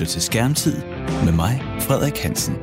lytter til Skærmtid med mig, Frederik Hansen.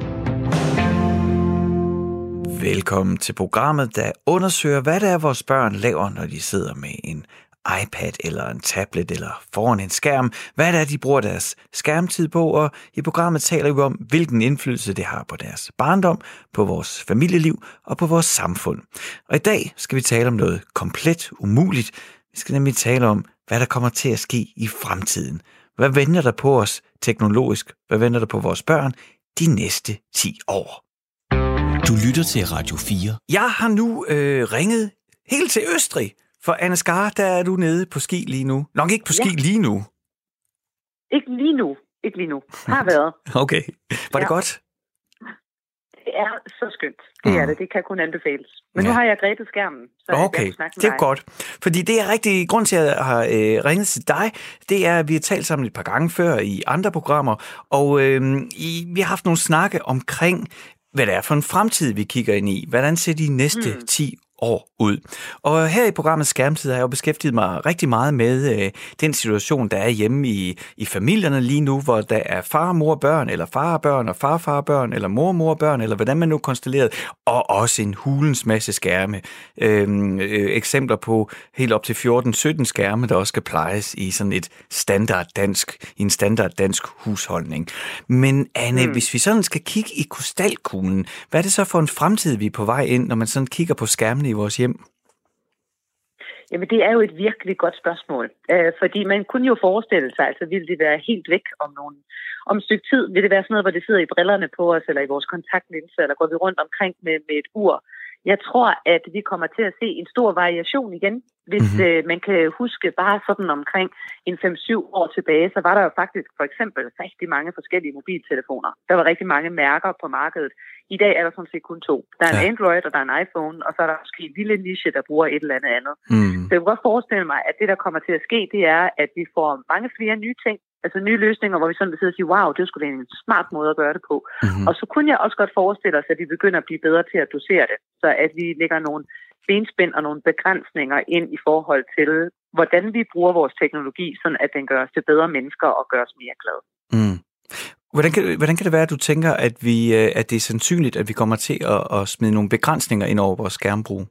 Velkommen til programmet, der undersøger, hvad det er, vores børn laver, når de sidder med en iPad eller en tablet eller foran en skærm. Hvad det er, de bruger deres skærmtid på, og i programmet taler vi om, hvilken indflydelse det har på deres barndom, på vores familieliv og på vores samfund. Og i dag skal vi tale om noget komplet umuligt. Vi skal nemlig tale om, hvad der kommer til at ske i fremtiden. Hvad venter der på os teknologisk? Hvad venter der på vores børn de næste 10 år? Du lytter til Radio 4. Jeg har nu ringet helt til Østrig. For Anne Skar, der er du nede på ski lige nu. Nok ikke på ski lige nu. Ikke lige nu. Har været. Okay. Var det godt? Det er så skønt. Det er det. Det kan kun anbefales. Men nu har jeg grebet skærmen. Så okay, det er godt. Fordi det er rigtig grund til, at jeg har ringet til dig. Det er, at vi har talt sammen et par gange før i andre programmer. Og vi har haft nogle snakke omkring, hvad det er for en fremtid, vi kigger ind i. Hvordan ser de næste 10 år ud. Og her i programmet Skærmtid har jeg jo beskæftiget mig rigtig meget med den situation, der er hjemme i familierne lige nu, hvor der er far, mor, børn, eller far og børn, og far, børn, eller mor, børn, eller hvordan man nu konstelleret, og også en hulens masse skærme. Eksempler på helt op til 14-17 skærme, der også skal plejes i sådan en standard dansk husholdning. Men Anne, hvis vi sådan skal kigge i krystalkuglen, hvad er det så for en fremtid, vi er på vej ind, når man sådan kigger på skærmene i vores hjem? Jamen, det er jo et virkelig godt spørgsmål. Fordi man kunne jo forestille sig, altså ville det være helt væk om et stykke tid? Vil det være sådan noget, hvor det sidder i brillerne på os, eller i vores kontaktlinser, eller går vi rundt omkring med et ur? Jeg tror, at vi kommer til at se en stor variation igen. Hvis man kan huske bare sådan omkring en 5-7 år tilbage, så var der jo faktisk for eksempel rigtig mange forskellige mobiltelefoner. Der var rigtig mange mærker på markedet. I dag er der sådan set kun 2. Der er en Android, og der er en iPhone, og så er der måske en lille niche, der bruger et eller andet. Så jeg kan godt forestille mig, at det, der kommer til at ske, det er, at vi får mange flere nye ting, altså nye løsninger, hvor vi sådan vil sidde og sige, wow, det skulle være en smart måde at gøre det på. Og så kunne jeg også godt forestille os, at vi begynder at blive bedre til at dosere det, så at vi lægger nogle benspænd og nogle begrænsninger ind i forhold til, hvordan vi bruger vores teknologi, sådan at den gør os til bedre mennesker og gør os mere glade. Hvordan kan det være, at du tænker, at det er sandsynligt, at vi kommer til at smide nogle begrænsninger ind over vores skærmbrug?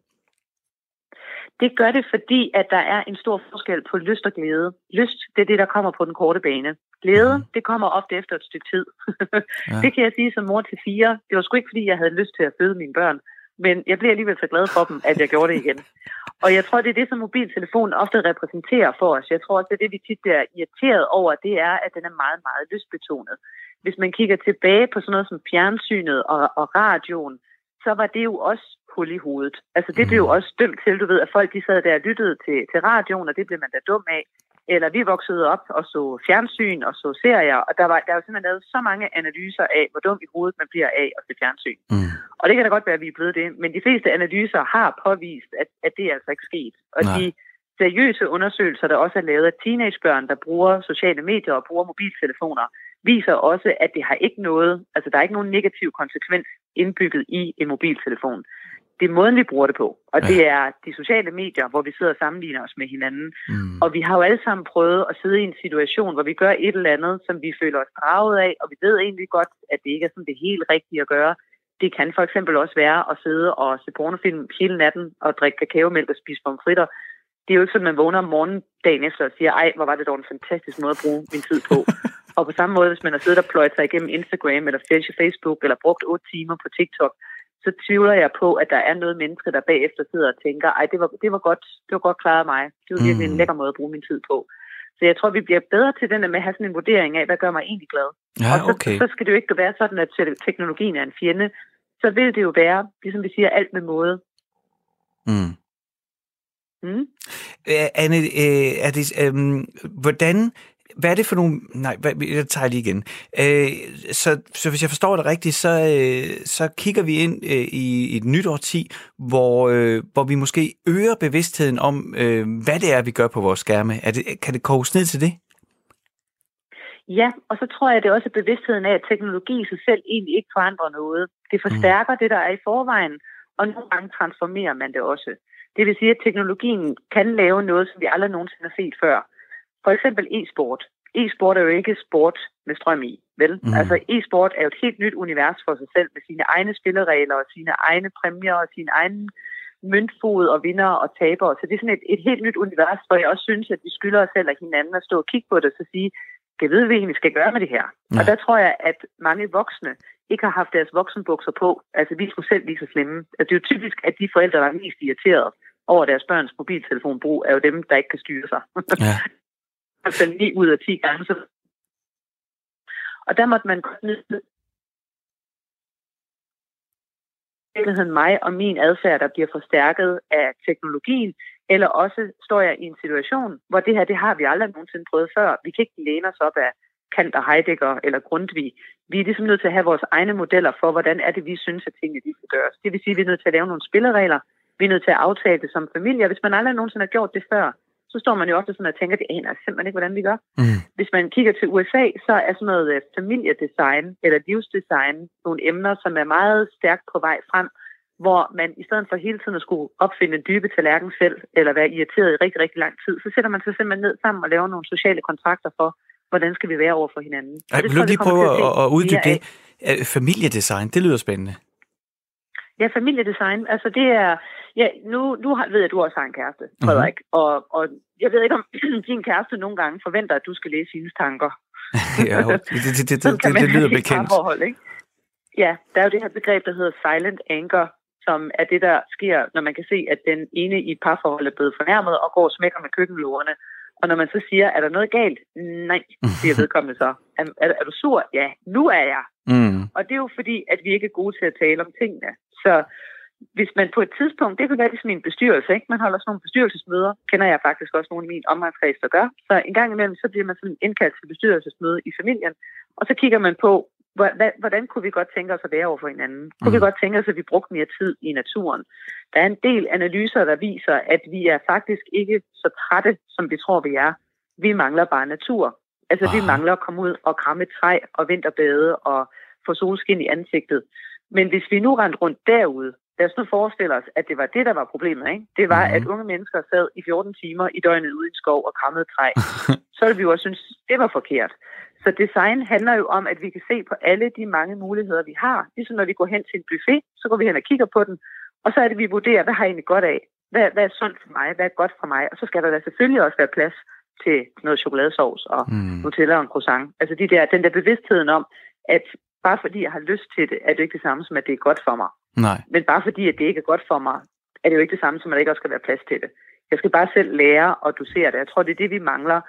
Det gør det, fordi at der er en stor forskel på lyst og glæde. Lyst, det er det, der kommer på den korte bane. Glæde, det kommer ofte efter et stykke tid. Det kan jeg sige som mor til 4. Det var sgu ikke, fordi jeg havde lyst til at føde mine børn, men jeg blev alligevel så glad for dem, at jeg gjorde det igen. Og jeg tror, det er det, som mobiltelefonen ofte repræsenterer for os. Jeg tror også, det er det, vi tit bliver irriteret over, det er, at den er meget, meget lystbetonet. Hvis man kigger tilbage på sådan noget som fjernsynet og radioen, så var det jo også hul i hovedet. Altså det blev jo også dømt til, du ved, at folk de sad der og lyttede til radioen, og det blev man da dum af. Eller vi voksede op og så fjernsyn og så serier, og der er jo simpelthen lavet så mange analyser af, hvor dum i hovedet man bliver af at se fjernsyn. Og det kan da godt være, at vi er blevet det, men de fleste analyser har påvist, at det er altså ikke sket. Og de seriøse undersøgelser, der også er lavet af teenagebørn, der bruger sociale medier og bruger mobiltelefoner, viser også, at det har ikke noget, altså der er ikke nogen negativ konsekvens indbygget i en mobiltelefon. Det er måden, vi bruger det på, og det er de sociale medier, hvor vi sidder og sammenligner os med hinanden. Og vi har jo alle sammen prøvet at sidde i en situation, hvor vi gør et eller andet, som vi føler os draget af, og vi ved egentlig godt, at det ikke er sådan det helt rigtige at gøre. Det kan for eksempel også være at sidde og se pornofilm hele natten og drikke kakaomælk og spise pomfritter. Det er jo ikke sådan, at man vågner om morgenen dagen efter og siger, ej, hvor var det dog en fantastisk måde at bruge min tid på. Og på samme måde, hvis man har siddet og pløjet sig igennem Instagram eller Facebook eller brugt 8 timer på TikTok, så tvivler jeg på, at der er noget menneske, der bagefter sidder og tænker, ej, det var godt klaret af mig. Det var virkelig en lækker måde at bruge min tid på. Så jeg tror, vi bliver bedre til den med at have sådan en vurdering af, hvad gør mig egentlig glad. Ja, og så skal det jo ikke være sådan, at teknologien er en fjende. Så vil det jo være, ligesom vi siger, alt med måde. Anne, er det, hvordan... Hvad er det for nogle... Nej, jeg tager lige igen. Så hvis jeg forstår det rigtigt, så kigger vi ind i et nyt årti, hvor vi måske øger bevidstheden om, hvad det er, vi gør på vores skærme. Kan det koges ned til det? Ja, og så tror jeg, det er også bevidstheden af, at teknologi i sig selv egentlig ikke forandrer noget. Det forstærker det, der er i forvejen, og nogle gange transformerer man det også. Det vil sige, at teknologien kan lave noget, som vi aldrig nogensinde har set før. For eksempel e-sport. e-sport er jo ikke sport med strøm i, vel? Altså e-sport er jo et helt nyt univers for sig selv, med sine egne spilleregler og sine egne præmier og sine egne møntfod og vinder og tabere. Så det er sådan et helt nyt univers, hvor jeg også synes, at vi skylder os selv og hinanden at stå og kigge på det, og så sige, jeg ved, hvad vi egentlig skal gøre med det her. Ja. Og der tror jeg, at mange voksne ikke har haft deres voksenbukser på. Altså, vi skulle selv lige så slemme. Altså, det er jo typisk, at de forældre, der er mest irriteret over deres børns mobiltelefonbrug, er jo dem, der ikke kan styre sig. Ja. Altså 9 ud af 10 gange. Så. Og der måtte man godt nyde mig og min adfærd, der bliver forstærket af teknologien, eller også står jeg i en situation, hvor det her, det har vi aldrig nogensinde prøvet før. Vi kan ikke læne os op af Kant og Heidegger eller Grundtvig. Vi er ligesom nødt til at have vores egne modeller for, hvordan er det, vi synes, at tingene de skal gøres. Det vil sige, at vi er nødt til at lave nogle spilleregler. Vi er nødt til at aftale det som familie. Hvis man aldrig nogensinde har gjort det før, så står man jo ofte sådan og tænker, det aner simpelthen ikke, hvordan vi gør. Hvis man kigger til USA, så er sådan noget familiedesign eller livsdesign nogle emner, som er meget stærkt på vej frem, hvor man i stedet for hele tiden at skulle opfinde en dybe tallerken selv, eller være irriteret i rigtig, rigtig lang tid, så sætter man sig simpelthen ned sammen og laver nogle sociale kontrakter for, hvordan skal vi være over for hinanden. Vil du lige prøve at uddybe det? Familiedesign, det lyder spændende. Ja, familiedesign, altså det er... Ja, nu ved jeg, at du også har en kæreste, Frederik, og jeg ved ikke, om din kæreste nogle gange forventer, at du skal læse hendes tanker. Ja, det lyder bekendt. Parforhold, ikke? Ja, der er jo det her begreb, der hedder silent anger, som er det, der sker, når man kan se, at den ene i et parforhold er blevet fornærmet og går og smækker med køkkenlågerne. Og når man så siger, er der noget galt? Nej, siger vedkommende så. Er du sur? Ja, nu er jeg. Og det er jo fordi, at vi ikke er gode til at tale om tingene. Så hvis man på et tidspunkt, det kan være ligesom en bestyrelse, ikke? Man holder sådan nogle bestyrelsesmøder, kender jeg faktisk også nogle af mine omgangskreds, der gør. Så en gang imellem, så bliver man sådan indkaldt til bestyrelsesmøde i familien, og så kigger man på, hvordan kunne vi godt tænke os at være over for hinanden? Kunne vi godt tænke os, at vi brugte mere tid i naturen? Der er en del analyser, der viser, at vi er faktisk ikke så trætte, som vi tror, vi er. Vi mangler bare natur. Altså, vi mangler at komme ud og kramme et træ og vinterbade og få solskin i ansigtet. Men hvis vi nu rendte rundt derude, lad os nu forestille os, at det var det, der var problemet, ikke? Det var, at unge mennesker sad i 14 timer i døgnet ude i en skov og krammede træ. Så ville vi jo også synes, det var forkert. Så design handler jo om, at vi kan se på alle de mange muligheder, vi har. Ligesom når vi går hen til en buffet, så går vi hen og kigger på den, og så er det, vi vurderer, hvad har jeg egentlig godt af? Hvad er sundt for mig? Hvad er godt for mig? Og så skal der selvfølgelig også være plads til noget chokoladesauce og Nutella og en croissant. Altså den der bevidstheden om, at bare fordi jeg har lyst til det, er det ikke det samme som, at det er godt for mig. Nej. Men bare fordi, at det ikke er godt for mig, er det jo ikke det samme som, at der ikke også skal være plads til det. Jeg skal bare selv lære at dosere det. Jeg tror, det er det, vi mangler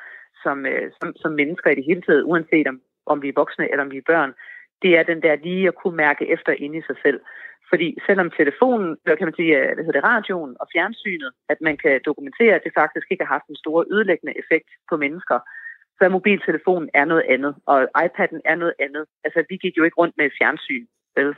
som mennesker i det hele taget, uanset om vi er voksne eller om vi er børn. Det er den der lige at kunne mærke efter inde i sig selv. Fordi selvom telefonen, eller kan man sige, radioen og fjernsynet, at man kan dokumentere, at det faktisk ikke har haft en stor ødelæggende effekt på mennesker, så mobiltelefonen er noget andet, og iPad'en er noget andet. Altså, vi gik jo ikke rundt med fjernsyn, vel?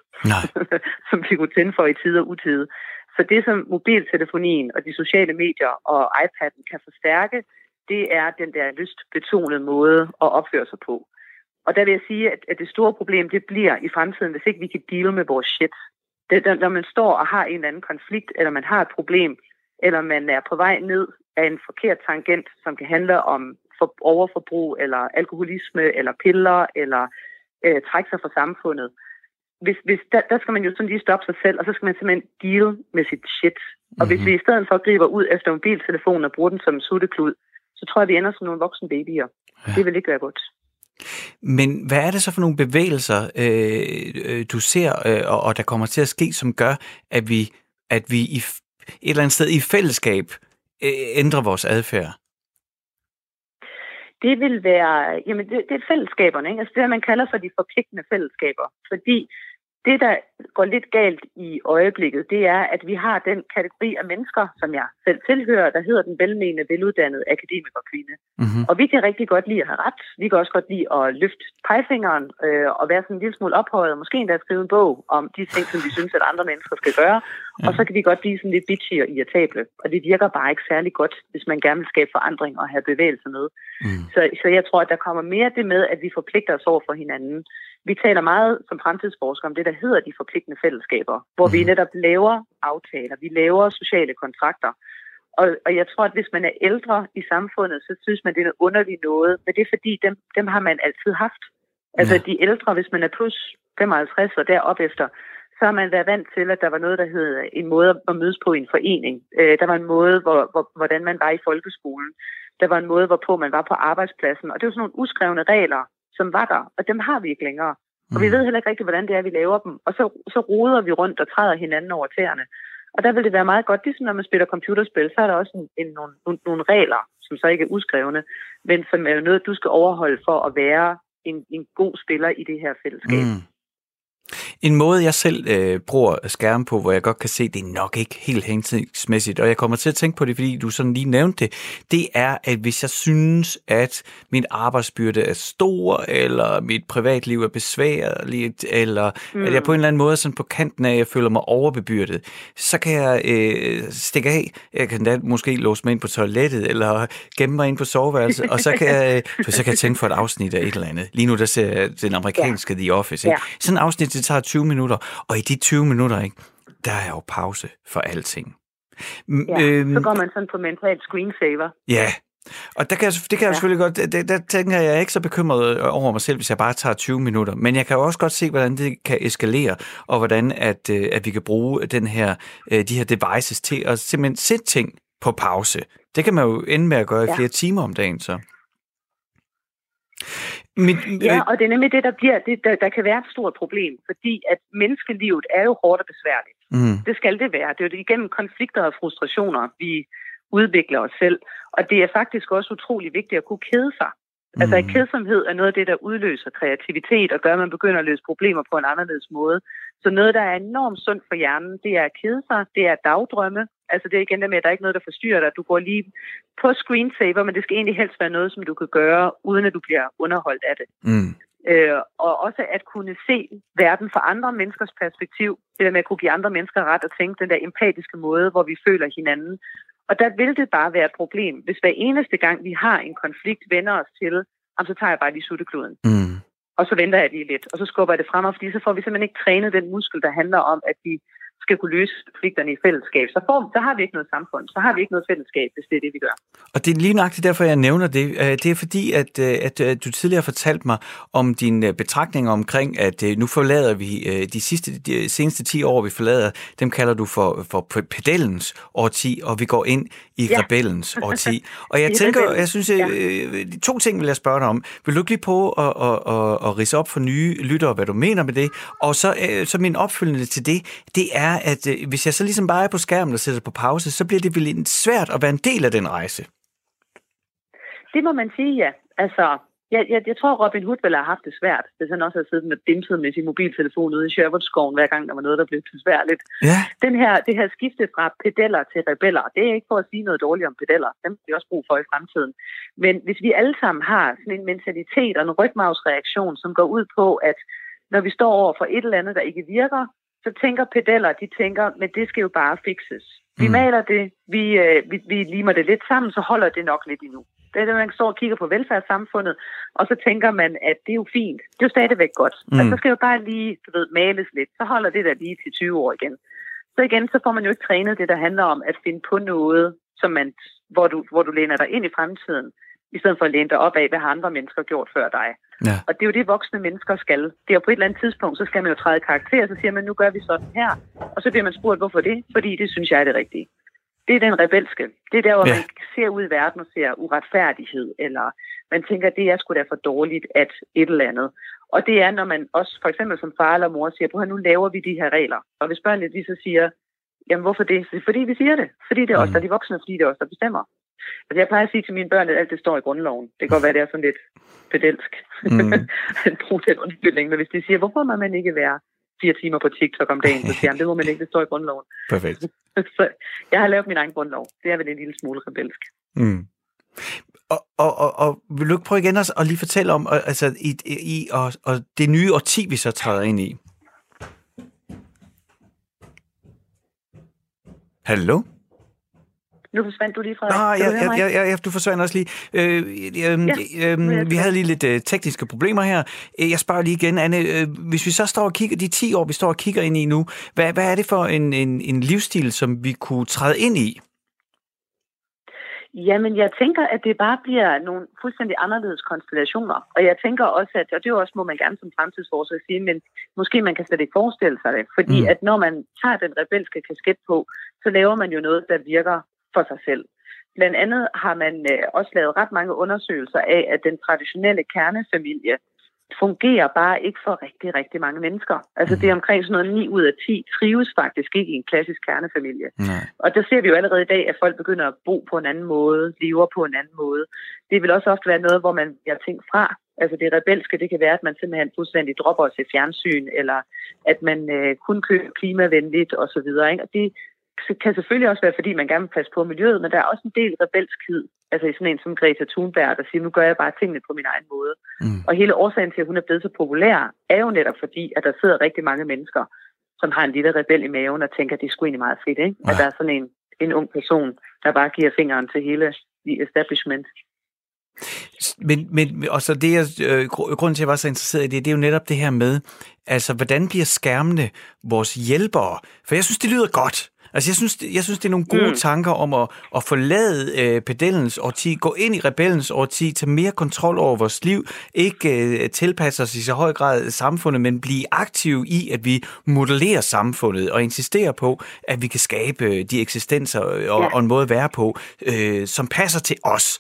Som vi kunne tænde for i tide og utide. Så det, som mobiltelefonien og de sociale medier og iPad'en kan forstærke, det er den der lystbetonede måde at opføre sig på. Og der vil jeg sige, at det store problem, det bliver i fremtiden, hvis ikke vi kan deal med vores shit. Det, når man står og har en eller anden konflikt, eller man har et problem, eller man er på vej ned af en forkert tangent, som kan handle om overforbrug, eller alkoholisme, eller piller, eller trække sig fra samfundet. Der skal man jo sådan lige stoppe sig selv, og så skal man simpelthen deal med sit shit. Og hvis vi i stedet for griber ud efter mobiltelefonen og bruger den som sutteklud, så tror jeg, vi ender som nogle voksne babyer. Ja. Det vil ikke være godt. Men hvad er det så for nogle bevægelser, du ser, og der kommer til at ske, som gør, at vi i et eller andet sted i fællesskab ændrer vores adfærd? Det vil være, jamen det er fællesskaberne, ikke? Altså det, man kalder for de forpligtende fællesskaber. Fordi det, der går lidt galt i øjeblikket, det er, at vi har den kategori af mennesker, som jeg selv tilhører, der hedder den velmenende, veluddannede akademikerkvinde. Og vi kan rigtig godt lide at have ret. Vi kan også godt lide at løfte pegefingeren og være sådan en lille smule ophøjet, og måske endda skrive en bog om de ting, som vi synes, at andre mennesker skal gøre. Og så kan vi godt blive sådan lidt bitchy og irritable. Og det virker bare ikke særlig godt, hvis man gerne vil skabe forandring og have bevægelse med. Så jeg tror, at der kommer mere det med, at vi forpligter os over for hinanden. Vi taler meget som fremtidsforskere om det, der hedder de forpligtende fællesskaber, hvor vi netop laver aftaler, vi laver sociale kontrakter. Og jeg tror, at hvis man er ældre i samfundet, så synes man, det er noget underligt noget. Men det er fordi, dem har man altid haft. Altså de ældre, hvis man er plus 55 og derop efter, så har man været vant til, at der var noget, der hed en måde at mødes på i en forening. Der var en måde, hvordan man var i folkeskolen. Der var en måde, hvorpå man var på arbejdspladsen. Og det var sådan nogle uskrevne regler, som var der, og dem har vi ikke længere. Og vi ved heller ikke rigtig, hvordan det er, vi laver dem. Og så roder vi rundt og træder hinanden over tæerne. Og der vil det være meget godt, ligesom når man spiller computerspil, så er der også nogle regler, som så ikke er uskrevne, men som er noget, du skal overholde for at være en god spiller i det her fællesskab. En måde, jeg selv bruger skærm på, hvor jeg godt kan se, det er nok ikke helt hensigtsmæssigt, og jeg kommer til at tænke på det, fordi du sådan lige nævnte det er, at hvis jeg synes, at min arbejdsbyrde er stor, eller mit privatliv er besværligt, eller at jeg på en eller anden måde er sådan på kanten af, at jeg føler mig overbebyrdet, så kan jeg stikke af. Jeg kan da måske låse mig ind på toilettet, eller gemme mig ind på soveværelset, og så kan jeg tænke for et afsnit af et eller andet. Lige nu, der ser jeg den amerikanske The Office. Ikke? Sådan et afsnit, det tager 20 minutter, og i de 20 minutter, ikke, der er jo pause for alting. Så går man sådan på mental screensaver. Ja, og det kan jeg selvfølgelig godt, der tænker jeg ikke så bekymret over mig selv, hvis jeg bare tager 20 minutter, men jeg kan jo også godt se, hvordan det kan eskalere, og hvordan at vi kan bruge de her devices til at simpelthen sætte ting på pause. Det kan man jo ende med at gøre i flere timer om dagen, så. Og det er nemlig det, der kan være et stort problem, fordi at menneskelivet er jo hårdt og besværligt. Det skal det være. Det er jo igennem konflikter og frustrationer, vi udvikler os selv. Og det er faktisk også utrolig vigtigt at kunne kede sig. Altså kedsomhed er noget af det, der udløser kreativitet og gør, at man begynder at løse problemer på en anderledes måde. Så noget, der er enormt sundt for hjernen, det er at kede sig, det er dagdrømme. Altså det er igen det med, at der er ikke noget, der forstyrrer dig. Du går lige på screensaver, men det skal egentlig helst være noget, som du kan gøre, uden at du bliver underholdt af det. Og også at kunne se verden fra andre menneskers perspektiv. Det der med at kunne give andre mennesker ret at tænke den der empatiske måde, hvor vi føler hinanden. Og der vil det bare være et problem, hvis hver eneste gang, vi har en konflikt, vender os til, så tager jeg bare lige suttekluden. Og så venter jeg lige lidt, og så skubber jeg det frem, fordi så får vi simpelthen ikke trænet den muskel, der handler om, at vi skal kunne løse konflikterne i fællesskab. Så har vi ikke noget samfund, så har vi ikke noget fællesskab, hvis det er det, vi gør. Og det er lige nøjagtigt derfor, jeg nævner det. Det er fordi, at du tidligere fortalte mig om dine betragtninger omkring, at nu forlader vi de seneste 10 år, vi forlader, dem kalder du for pedellens årti, og vi går ind i rebellens årti. Og jeg synes, de 2 ting vil jeg spørge dig om. Vil du ikke lige prøve at ridse op for nye lyttere, hvad du mener med det? Og så min opfølgende til det er, at hvis jeg så ligesom bare er på skærmen og sætter på pause, så bliver det vel svært at være en del af den rejse. Det må man sige, ja. Altså, jeg tror, Robin Hood ville have haft det svært, hvis han også havde siddet med dimset med sin mobiltelefon ude i Sherwoodskoven, hver gang der var noget, der blev besværligt. Ja. Det her skifte fra pedeller til rebeller, det er ikke for at sige noget dårligt om pedeller. Dem har vi også brug for i fremtiden. Men hvis vi alle sammen har sådan en mentalitet og en rygmarvsreaktion, som går ud på, at når vi står over for et eller andet, der ikke virker, så tænker pedeller, de tænker, men det skal jo bare fikses. Vi maler det, vi limer det lidt sammen, så holder det nok lidt endnu. Det er det, man står og kigger på velfærdssamfundet, og så tænker man, at det er jo fint. Det er jo stadigvæk godt. Altså, så skal jo bare lige, males lidt. Så holder det der lige til 20 år igen. Så igen, så får man jo ikke trænet det, der handler om at finde på noget, hvor du læner dig ind i fremtiden, i stedet for at læne dig op af, hvad har andre mennesker gjort før dig. Ja. Og det er jo det, voksne mennesker skal. Det er jo på et eller andet tidspunkt, så skal man jo træde karakter, så siger man, nu gør vi sådan her. Og så bliver man spurgt, hvorfor det? Fordi det synes jeg er det rigtige. Det er den rebelske. Det er der, hvor man ser ud i verden og ser uretfærdighed, eller man tænker, at det er sgu da for dårligt, at et eller andet. Og det er, når man også, for eksempel som far eller mor, siger, nu laver vi de her regler. Og hvis børnene lige så siger, jamen hvorfor det? Så fordi vi siger det. Fordi det er os, der er de voksne, fordi det er os, der bestemmer. Altså jeg plejer at sige til mine børn, at alt det står i grundloven. Det kan godt være, det er sådan lidt pedelsk. Brug den undskyldning. Men hvis de siger, hvorfor må man ikke være 4 timer på TikTok om dagen, så siger han, det må man ikke, det står i grundloven. Perfekt. Så jeg har lavet min egen grundlov. Det er vel en lille smule rebelsk. Og vil du ikke prøve igen at lige fortælle om altså, og det nye årti, vi så træder ind i? Hallo? Nu forsvandt du lige fra... Du forsvandt også lige. Vi havde lige lidt tekniske problemer her. Jeg spørger lige igen, Anne. Hvis vi så står og kigger, de 10 år, vi står og kigger ind i nu, hvad er det for en livsstil, som vi kunne træde ind i? Jamen, jeg tænker, at det bare bliver nogle fuldstændig anderledes konstellationer. Og jeg tænker også, og det er jo også, må man gerne som fremtidsforsker sige, men måske man kan slet ikke forestille sig det. Fordi at når man tager den rebelske kasket på, så laver man jo noget, der virker for sig selv. Blandt andet har man også lavet ret mange undersøgelser af, at den traditionelle kernefamilie fungerer bare ikke for rigtig, rigtig mange mennesker. Altså det er omkring sådan noget 9 ud af 10 trives faktisk ikke i en klassisk kernefamilie. Nej. Og der ser vi jo allerede i dag, at folk begynder at bo på en anden måde, lever på en anden måde. Det vil også ofte være noget, hvor man bliver tænkt fra. Altså det rebelske, det kan være, at man simpelthen fuldstændig dropper at se fjernsyn, eller at man kun køber klimavenligt osv. Og det kan selvfølgelig også være, fordi man gerne vil passe på miljøet, men der er også en del rebelskhed, altså i sådan en som Greta Thunberg, der siger, nu gør jeg bare tingene på min egen måde. Og hele årsagen til, at hun er blevet så populær, er jo netop fordi, at der sidder rigtig mange mennesker, som har en lille rebel i maven og tænker, at det er sgu egentlig meget fedt, ikke? At der er sådan en ung person, der bare giver fingeren til hele establishment. Men og så det, grunden til, at jeg var så interesseret i det, det er jo netop det her med, altså, hvordan bliver skærmene vores hjælpere? For jeg synes, det lyder godt. Altså, jeg synes, det er nogle gode tanker om at forlade pedellens årti, gå ind i rebellens årti, tage mere kontrol over vores liv, ikke tilpasse os i så høj grad samfundet, men blive aktive i, at vi modellerer samfundet og insisterer på, at vi kan skabe de eksistenser og en måde at være på, som passer til os.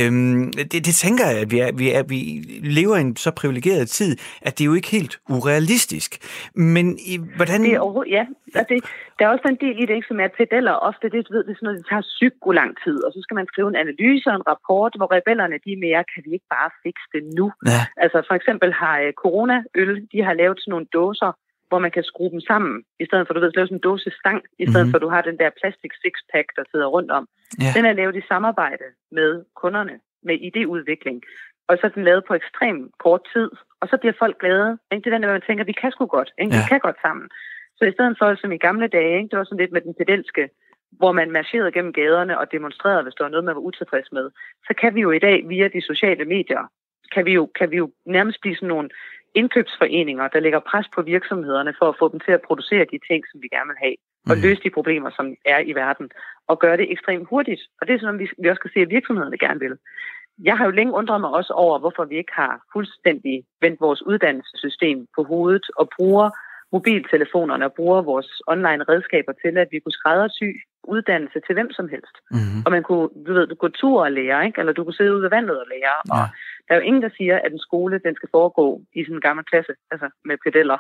Det tænker jeg, at vi lever i en så privilegeret tid, at det er jo ikke helt urealistisk. Men hvordan... Det er overhovedet, ja. Der er også en del i det, ikke, som er pedeller ofte, det er sådan noget, det tager psyko lang tid, og så skal man skrive en analyse og en rapport, hvor rebellerne, de er mere, kan vi ikke bare fikse det nu? Ja. Altså for eksempel har Corona-øl, de har lavet sådan nogle dåser, hvor man kan skrue dem sammen, i stedet for, du ved, lave sådan en dåsestang, i stedet for, at du har den der plastik six-pack, der sidder rundt om. Ja. Den er lavet i samarbejde med kunderne, med idéudvikling, og så er den lavet på ekstremt kort tid, og så bliver folk glade. Ikke? Det er den, der man tænker, vi kan sgu godt, ikke? Vi kan godt sammen. Så i stedet for, som i gamle dage, ikke, det var sådan lidt med den pedelske, hvor man marcherede gennem gaderne og demonstrerede, hvis der var noget, man var utilfreds med, så kan vi jo i dag via de sociale medier, kan vi jo nærmest blive sådan nogle indkøbsforeninger, der lægger pres på virksomhederne for at få dem til at producere de ting, som vi gerne vil have, og løse de problemer, som er i verden, og gøre det ekstremt hurtigt. Og det er sådan, vi også kan se, at virksomhederne gerne vil. Jeg har jo længe undret mig også over, hvorfor vi ikke har fuldstændig vendt vores uddannelsessystem på hovedet og bruger mobiltelefonerne og bruger vores online redskaber til, at vi kunne skræddersy uddannelse til hvem som helst. Og man kunne, gå tur og lære, ikke? Eller du kunne sidde ude ved vandet og lære. Ja. Og der er jo ingen, der siger, at en skole, den skal foregå i sådan en gammel klasse, altså med pedeller.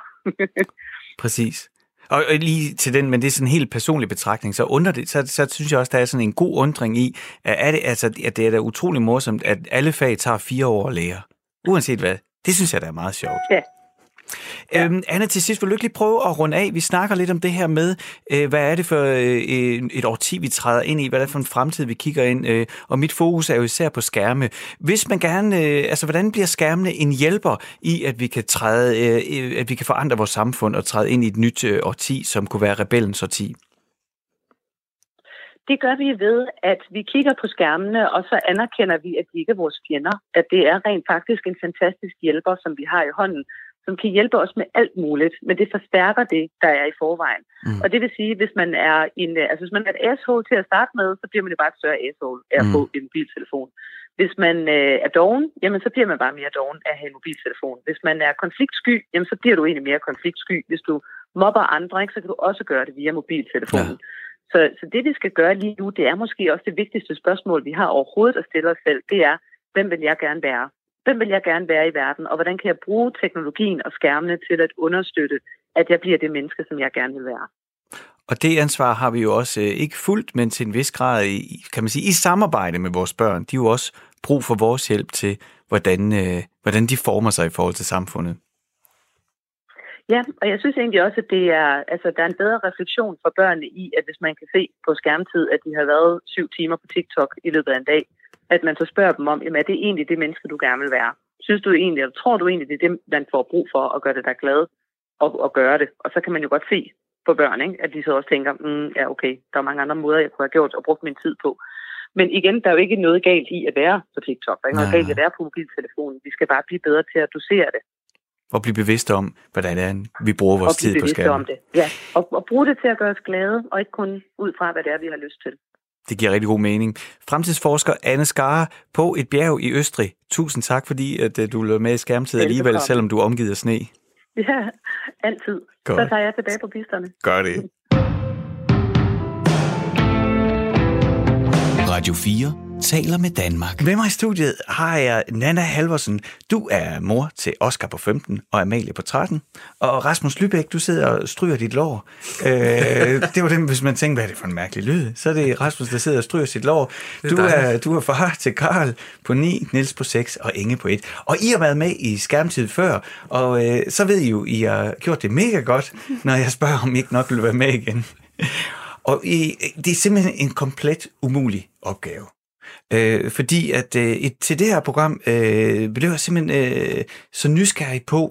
Præcis. Og lige til den, men det er sådan en helt personlig betragtning, så synes jeg også, der er sådan en god undring i, at det er da utrolig morsomt, at alle fag tager 4 år at lære. Uanset hvad. Det synes jeg, der er meget sjovt. Ja. Anna, til sidst vil du ikke lige prøve at runde af. Vi snakker lidt om det her med, hvad er det for et årti, vi træder ind i, hvad er det for en fremtid, vi kigger ind, og mit fokus er jo især på skærme. Hvis man gerne, hvordan bliver skærmene en hjælper i, at vi kan at vi kan forandre vores samfund og træde ind i et nyt årti, som kunne være rebellens årti? Det gør vi ved, at vi kigger på skærmene, og så anerkender vi, at de ikke er vores fjender. At det er rent faktisk en fantastisk hjælper, som vi har i hånden, som kan hjælpe os med alt muligt, men det forstærker det, der er i forvejen. Og det vil sige, hvis man er hvis man er et asshole til at starte med, så bliver man jo bare et større asshole af at få en mobiltelefon. Hvis man er doven, jamen så bliver man bare mere doven af at have en mobiltelefon. Hvis man er konfliktsky, jamen så bliver du egentlig mere konfliktsky. Hvis du mobber andre, ikke, så kan du også gøre det via mobiltelefonen. Ja. Så det, vi skal gøre lige nu, det er måske også det vigtigste spørgsmål, vi har overhovedet at stille os selv. Det er, hvem vil jeg gerne være? Hvem vil jeg gerne være i verden, og hvordan kan jeg bruge teknologien og skærmene til at understøtte, at jeg bliver det menneske, som jeg gerne vil være? Og det ansvar har vi jo også ikke fuldt, men til en vis grad, kan man sige, i samarbejde med vores børn. De har jo også brug for vores hjælp til, hvordan de former sig i forhold til samfundet. Ja, og jeg synes egentlig også, at der er en bedre refleksion for børnene i, at hvis man kan se på skærmtid, at de har været 7 timer på TikTok i løbet af en dag, at man så spørger dem om, jamen er det egentlig det menneske, du gerne vil være? Synes du egentlig, eller tror du egentlig, det er det, man får brug for at gøre det der glad og gøre det? Og så kan man jo godt se på børn, ikke? At de så også tænker, ja okay, der er mange andre måder, jeg kunne have gjort og brugt min tid på. Men igen, der er jo ikke noget galt i at være på TikTok. Der er ikke noget galt i at være på mobiltelefonen. Vi skal bare blive bedre til at dosere det. Og blive bevidste om, hvordan det er, vi bruger vores tid på skærmen. Om det. Ja, og bruge det til at gøre os glade, og ikke kun ud fra, hvad det er, vi har lyst til. Det giver rigtig god mening. Fremtidsforsker Anne Skare på et bjerg i Østrig. Tusind tak, fordi at du løb med i skærmtid alligevel, selvom du er omgivet af sne. Ja, altid. Godt. Så tager jeg tilbage på pisterne. Gør det. Radio 4 taler med Danmark. Med mig i studiet har jeg Nanna Halvorsen. Du er mor til Oscar på 15 og Amalie på 13. Og Rasmus Lybæk, du sidder og stryger dit lår. Det var det, hvis man tænker, hvad er det for en mærkelig lyd? Så er det Rasmus, der sidder og stryger sit lår. Du er far til Karl på 9, Niels på 6 og Inge på 1. Og I har været med i skærmtid før, og så ved I jo, I har gjort det mega godt, når jeg spørger, om I ikke nok vil være med igen. Og det er simpelthen en komplet umulig opgave. Fordi at til det her program blev jeg simpelthen så nysgerrig på,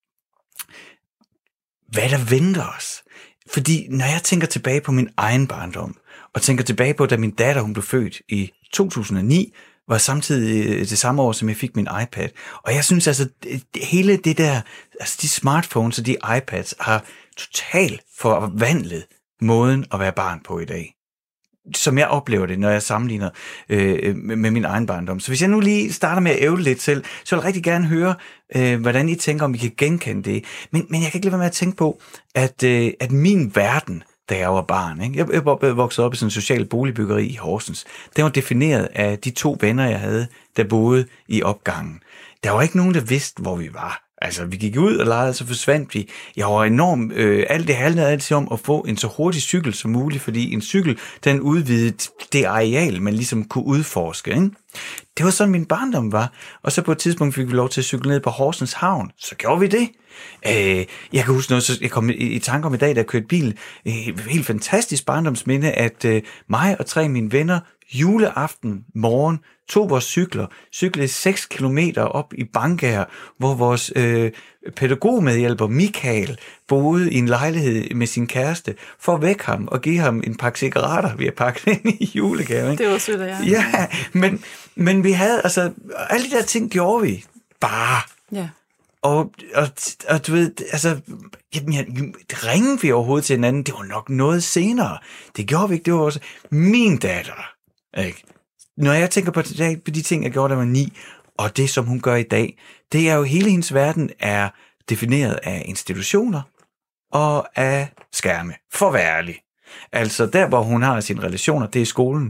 hvad der venter os. Fordi når jeg tænker tilbage på min egen barndom, og tænker tilbage på, da min datter hun blev født i 2009, var samtidig det samme år, som jeg fik min iPad. Og jeg synes altså, hele det der, altså de smartphones og de iPads har totalt forvandlet måden at være barn på i dag. Som jeg oplever det, når jeg sammenligner med min egen barndom. Så hvis jeg nu lige starter med at ævle lidt selv, så vil jeg rigtig gerne høre, hvordan I tænker, om I kan genkende det. Men jeg kan ikke lade være med at tænke på, at min verden, da jeg var barn, ikke? Jeg voksede op i sådan en social boligbyggeri i Horsens. Den var defineret af de 2 venner, jeg havde, der boede i opgangen. Der var ikke nogen, der vidste, hvor vi var. Altså, vi gik ud og legede, så forsvandt vi. Jeg var enormt... alt det handlede altid om at få en så hurtig cykel som muligt, fordi en cykel, den udvidede det areal, man ligesom kunne udforske, ikke? Det var sådan, min barndom var. Og så på et tidspunkt fik vi lov til at cykle ned på Horsens Havn. Så gjorde vi det. Jeg kan huske noget, så jeg kom i tanke om i dag, da jeg kørte bil. Helt fantastisk barndomsminde, at mig og 3 af mine venner juleaften morgen tog vores cykler, cyklede 6 kilometer op i Bangager, hvor vores pædagogmedhjælper Michael boede i en lejlighed med sin kæreste, for at vække ham og give ham en pakke cigaretter, vi har pakket ind i julegave. Ikke? Det var sødt af jer. Ja, men vi havde, altså, alle de der ting gjorde vi bare. Ja. Og du ved, altså, ringede vi overhovedet til hinanden, det var nok noget senere. Det gjorde vi ikke, det var også min datter, ikke? Når jeg tænker på de ting, jeg gjorde, da jeg var 9, og det, som hun gør i dag, det er jo, hele hendes verden er defineret af institutioner og af skærme. For at være ærlig. Altså, der hvor hun har sine relationer, det er skolen.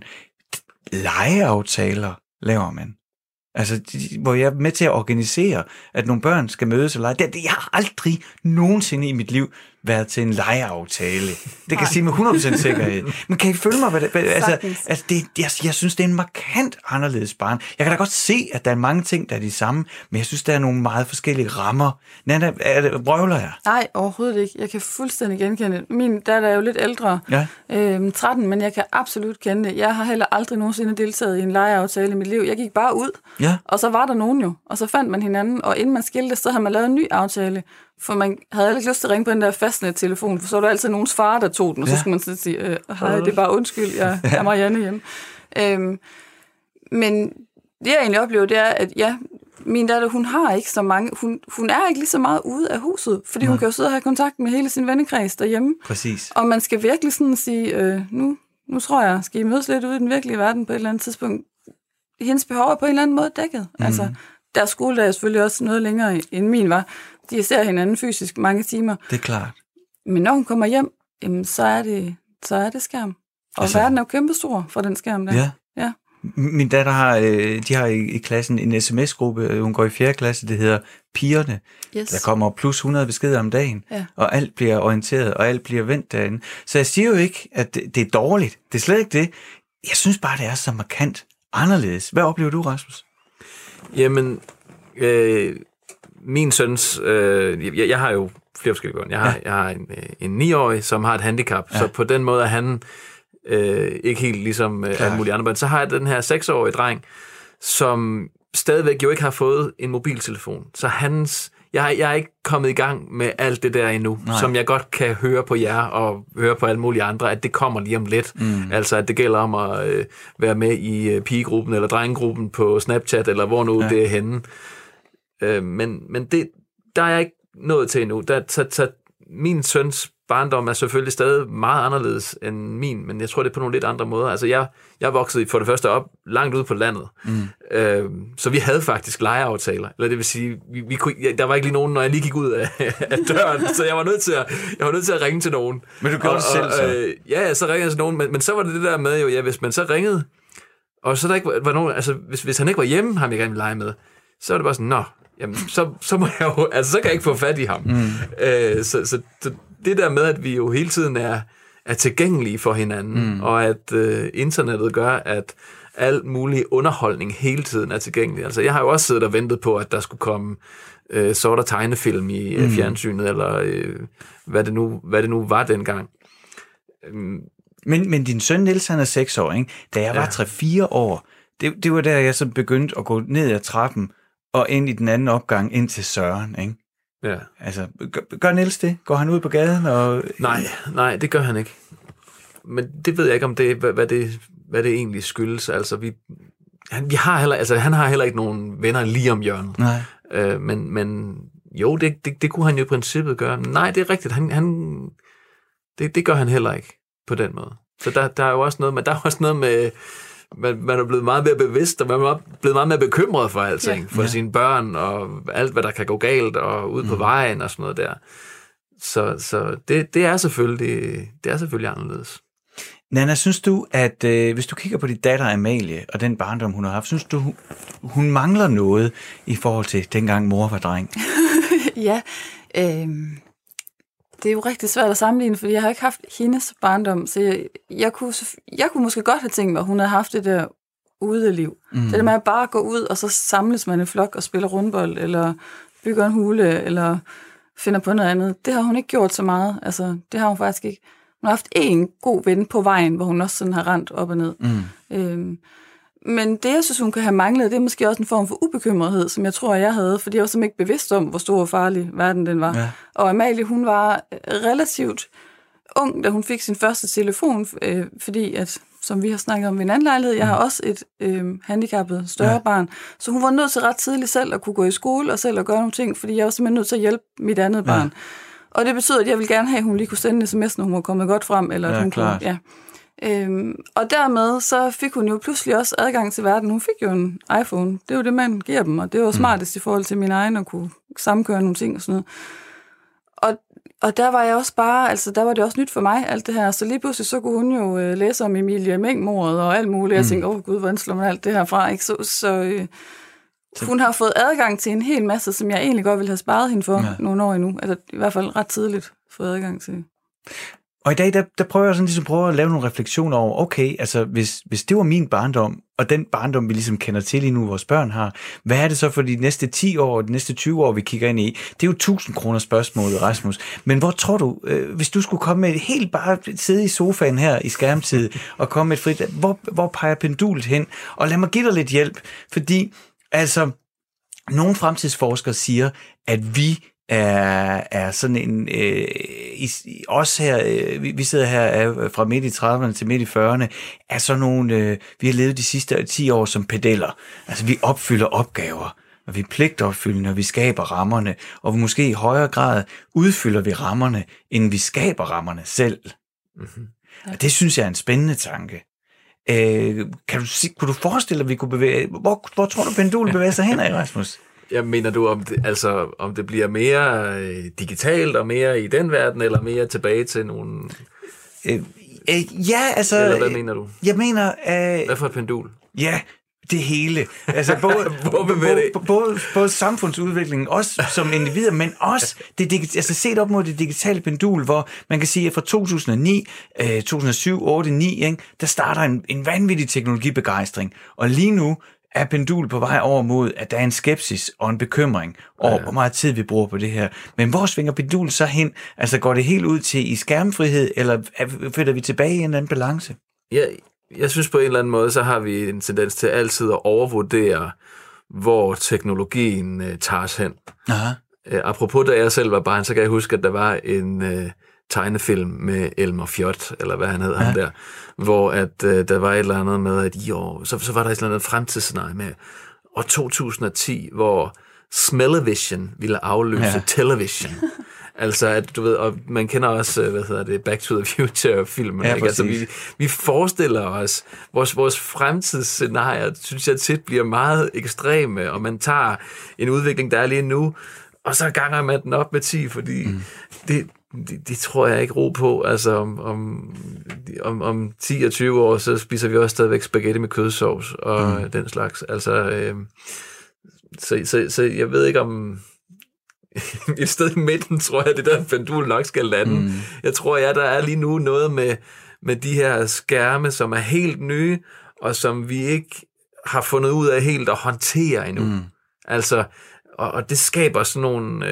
Legeaftaler laver man. Altså, hvor jeg er med til at organisere, at nogle børn skal mødes og lege. Jeg har aldrig nogensinde i mit liv været til en legeaftale. Det kan jeg sige med 100% sikkerhed. Men kan I følge mig? Jeg synes, det er en markant anderledes barn. Jeg kan da godt se, at der er mange ting, der er de samme, men jeg synes, der er nogle meget forskellige rammer. Nanna, brøvler jeg? Nej, overhovedet ikke. Jeg kan fuldstændig genkende det. Min datter er jo lidt ældre, 13, men jeg kan absolut kende det. Jeg har heller aldrig nogensinde deltaget i en legeaftale i mit liv. Jeg gik bare ud, og så var der nogen jo, og så fandt man hinanden, og inden man skilte, så havde man lavet en ny aftale. For man havde ikke lyst til at ringe på den der fastnet-telefon, for så var der altid nogens far, der tog den, og så skulle man så sige, hej, det er bare undskyld, jeg er Marianne hjemme. Men det jeg egentlig oplever, det er, at min datter, hun har ikke så mange, hun er ikke lige så meget ude af huset, fordi hun kan jo sidde og have kontakt med hele sin vennekreds derhjemme. Præcis. Og man skal virkelig sådan sige, nu tror jeg, skal I mødes lidt ude i den virkelige verden på et eller andet tidspunkt. Hendes behov er på en eller anden måde dækket. Altså, deres skoledag er selvfølgelig også noget længere, end min var. De ser hinanden fysisk mange timer. Det er klart. Men når hun kommer hjem, jamen, så er det skærm. Og altså, verden er jo kæmpestor for den skærm der. Ja. Min datter har i klassen en sms-gruppe, hun går i 4. klasse, det hedder Pigerne. Yes. Der kommer plus 100 beskeder om dagen, og alt bliver orienteret, og alt bliver vendt derinde. Så jeg siger jo ikke, at det er dårligt. Det er slet ikke det. Jeg synes bare, det er så markant anderledes. Hvad oplever du, Rasmus? Jamen, min søns... jeg har jo flere forskellige børn. Jeg har en 9-årig, som har et handicap, så på den måde er han ikke helt ligesom alle mulige andre børn. Så har jeg den her 6-årige dreng, som stadigvæk jo ikke har fået en mobiltelefon. Så jeg er ikke kommet i gang med alt det der endnu, som jeg godt kan høre på jer og høre på alle mulige andre, at det kommer lige om lidt. Altså, at det gælder om at være med i pigegruppen eller drengegruppen på Snapchat, eller hvor nu det er henne. Men det, der er jeg ikke nået til endnu. Så min søns barndom er selvfølgelig stadig meget anderledes end min, men jeg tror, det er på nogle lidt andre måder. Altså, jeg voksede for det første op langt ude på landet, så vi havde faktisk legeaftaler. Eller det vil sige, der var ikke lige nogen, når jeg lige gik ud af døren, så jeg var nødt til at ringe til nogen. Men du gjorde det selv, så? Ja, så ringede jeg til nogen, men så var det der med, jo, hvis man så ringede, og så der ikke var nogen, altså hvis han ikke var hjemme, ham jeg gerne ville lege med, så var det bare sådan, jamen, så må jeg jo, altså så kan jeg ikke få fat i ham. Så det der med, at vi jo hele tiden er tilgængelige for hinanden, og at internettet gør, at al mulig underholdning hele tiden er tilgængelig. Altså, jeg har jo også siddet og ventet på, at der skulle komme sort- og tegnefilm i fjernsynet, eller hvad det nu var dengang. Men din søn Niels, han er 6 år, ikke? Da jeg var 3-4 år, det var der, jeg så begyndte at gå ned ad trappen, og ind i den anden opgang, ind til Søren, ikke? Ja. Altså, gør Niels det? Går han ud på gaden? Og... Nej, det gør han ikke. Men det ved jeg ikke, om det hvad det egentlig skyldes. Altså, han har heller ikke nogen venner lige om hjørnet. Nej. Men jo, det kunne han jo i princippet gøre. Nej, det er rigtigt. Det gør han heller ikke på den måde. Så der er jo også noget med, man er blevet meget mere bevidst, og man er blevet meget mere bekymret for alting, for sine børn, og alt, hvad der kan gå galt, og ud på vejen, og sådan noget der. Så det er selvfølgelig anderledes. Nanna, synes du, at hvis du kigger på din datter Amalie, og den barndom, hun har haft, synes du, hun mangler noget i forhold til dengang mor var dreng? Ja, det er jo rigtig svært at sammenligne, fordi jeg har ikke haft hendes barndom, så jeg kunne måske godt have tænkt mig, at hun havde haft det der udeliv. Det der med at bare gå ud, og så samles man i flok og spiller rundbold, eller bygger en hule, eller finder på noget andet. Det har hun ikke gjort så meget. Altså, det har hun faktisk ikke. Hun har haft en god ven på vejen, hvor hun også sådan har rendt op og ned. Men det, jeg synes, hun kan have manglet, det er måske også en form for ubekymrethed, som jeg tror, jeg havde, fordi jeg var simpelthen ikke bevidst om, hvor stor og farlig verden den var. Ja. Og Amalie, hun var relativt ung, da hun fik sin første telefon, fordi at, som vi har snakket om ved en anden lejlighed, jeg har også et handicappet større barn, så hun var nødt til ret tidligt selv at kunne gå i skole og selv at gøre nogle ting, fordi jeg var simpelthen nødt til at hjælpe mit andet barn. Og det betyder, at jeg ville gerne have, at hun lige kunne sende en sms, når hun var kommet godt frem, eller at hun kunne... Ja. Og dermed så fik hun jo pludselig også adgang til verden. Hun fik jo en iPhone. Det er jo det, man giver dem, og det var smartest i forhold til min egen at kunne sammenkøre nogle ting og sådan noget. Og der var jeg også bare, altså der var det også nyt for mig, alt det her. Så lige pludselig så kunne hun jo læse om Emilie Meng-mordet og alt muligt. Jeg tænkte, gud, hvordan slår man alt det her fra? Ikke? Så hun har fået adgang til en hel masse, som jeg egentlig godt ville have sparet hende for nogle år endnu. Altså i hvert fald ret tidligt fået adgang til. Og i dag, der prøver jeg sådan ligesom at lave nogle refleksioner over, okay, altså hvis det var min barndom, og den barndom, vi ligesom kender til lige nu, vores børn har, hvad er det så for de næste 10 år, de næste 20 år, vi kigger ind i? Det er jo 1000 kroner spørgsmålet, Rasmus. Men hvor tror du, hvis du skulle komme med helt bare sidde i sofaen her i skærmtid, og komme med et frit, hvor peger pendulet hen? Og lad mig give dig lidt hjælp, fordi altså, nogle fremtidsforskere siger, at vi er sådan en også her, vi sidder her fra midt i 30'erne til midt i 40'erne, er sådan nogle, vi har levet de sidste 10 år som pedeller. Altså vi opfylder opgaver, og vi er pligtopfyldende, og vi skaber rammerne, og vi måske i højere grad udfylder vi rammerne, end vi skaber rammerne selv. Mm-hmm. Og det synes jeg er en spændende tanke. Kunne du forestille dig, at vi kunne bevæge, hvor tror du pendulet bevæger sig hen, Rasmus? Jeg mener du, om det bliver mere digitalt og mere i den verden, eller mere tilbage til nogle... Ja, altså... Eller hvad mener du? Jeg mener... Hvad for et pendul? Ja, det hele. Altså både samfundsudviklingen, også som individer, men også altså set op mod det digitale pendul, hvor man kan sige, at fra 2009, 2007, 8, 9, ikke, der starter en vanvittig teknologibegejstring. Og lige nu er pendul på vej over mod, at der er en skepsis og en bekymring over, hvor meget tid vi bruger på det her. Men hvor svinger pendul så hen? Altså går det helt ud til i skærmfrihed, eller finder vi tilbage i en anden balance? Ja, jeg synes på en eller anden måde, så har vi en tendens til altid at overvurdere, hvor teknologien tager os hen. Aha. Apropos, da jeg selv var barn, så kan jeg huske, at der var en tegnefilm med Elmer Fjot, eller hvad han hed, ham der, hvor at der var et eller andet med, at i år, så var der et eller andet fremtidsscenarie med år 2010, hvor smell-o-vision ville afløse television. Altså, at du ved, og man kender også, Back to the Future-filmen. Ja, altså, vi forestiller os, vores fremtidsscenarier, synes jeg tit bliver meget ekstreme, og man tager en udvikling, der er lige nu, og så ganger man den op med 10, fordi det tror jeg ikke ro på. Altså, om 10 og 20 år, så spiser vi også stadigvæk spaghetti med kødsovs og den slags. Altså, så jeg ved ikke om... Et sted i midten, tror jeg, det der pendul nok skal lande. Jeg tror, der er lige nu noget med de her skærme, som er helt nye, og som vi ikke har fundet ud af helt at håndtere endnu. Altså, og det skaber sådan nogle...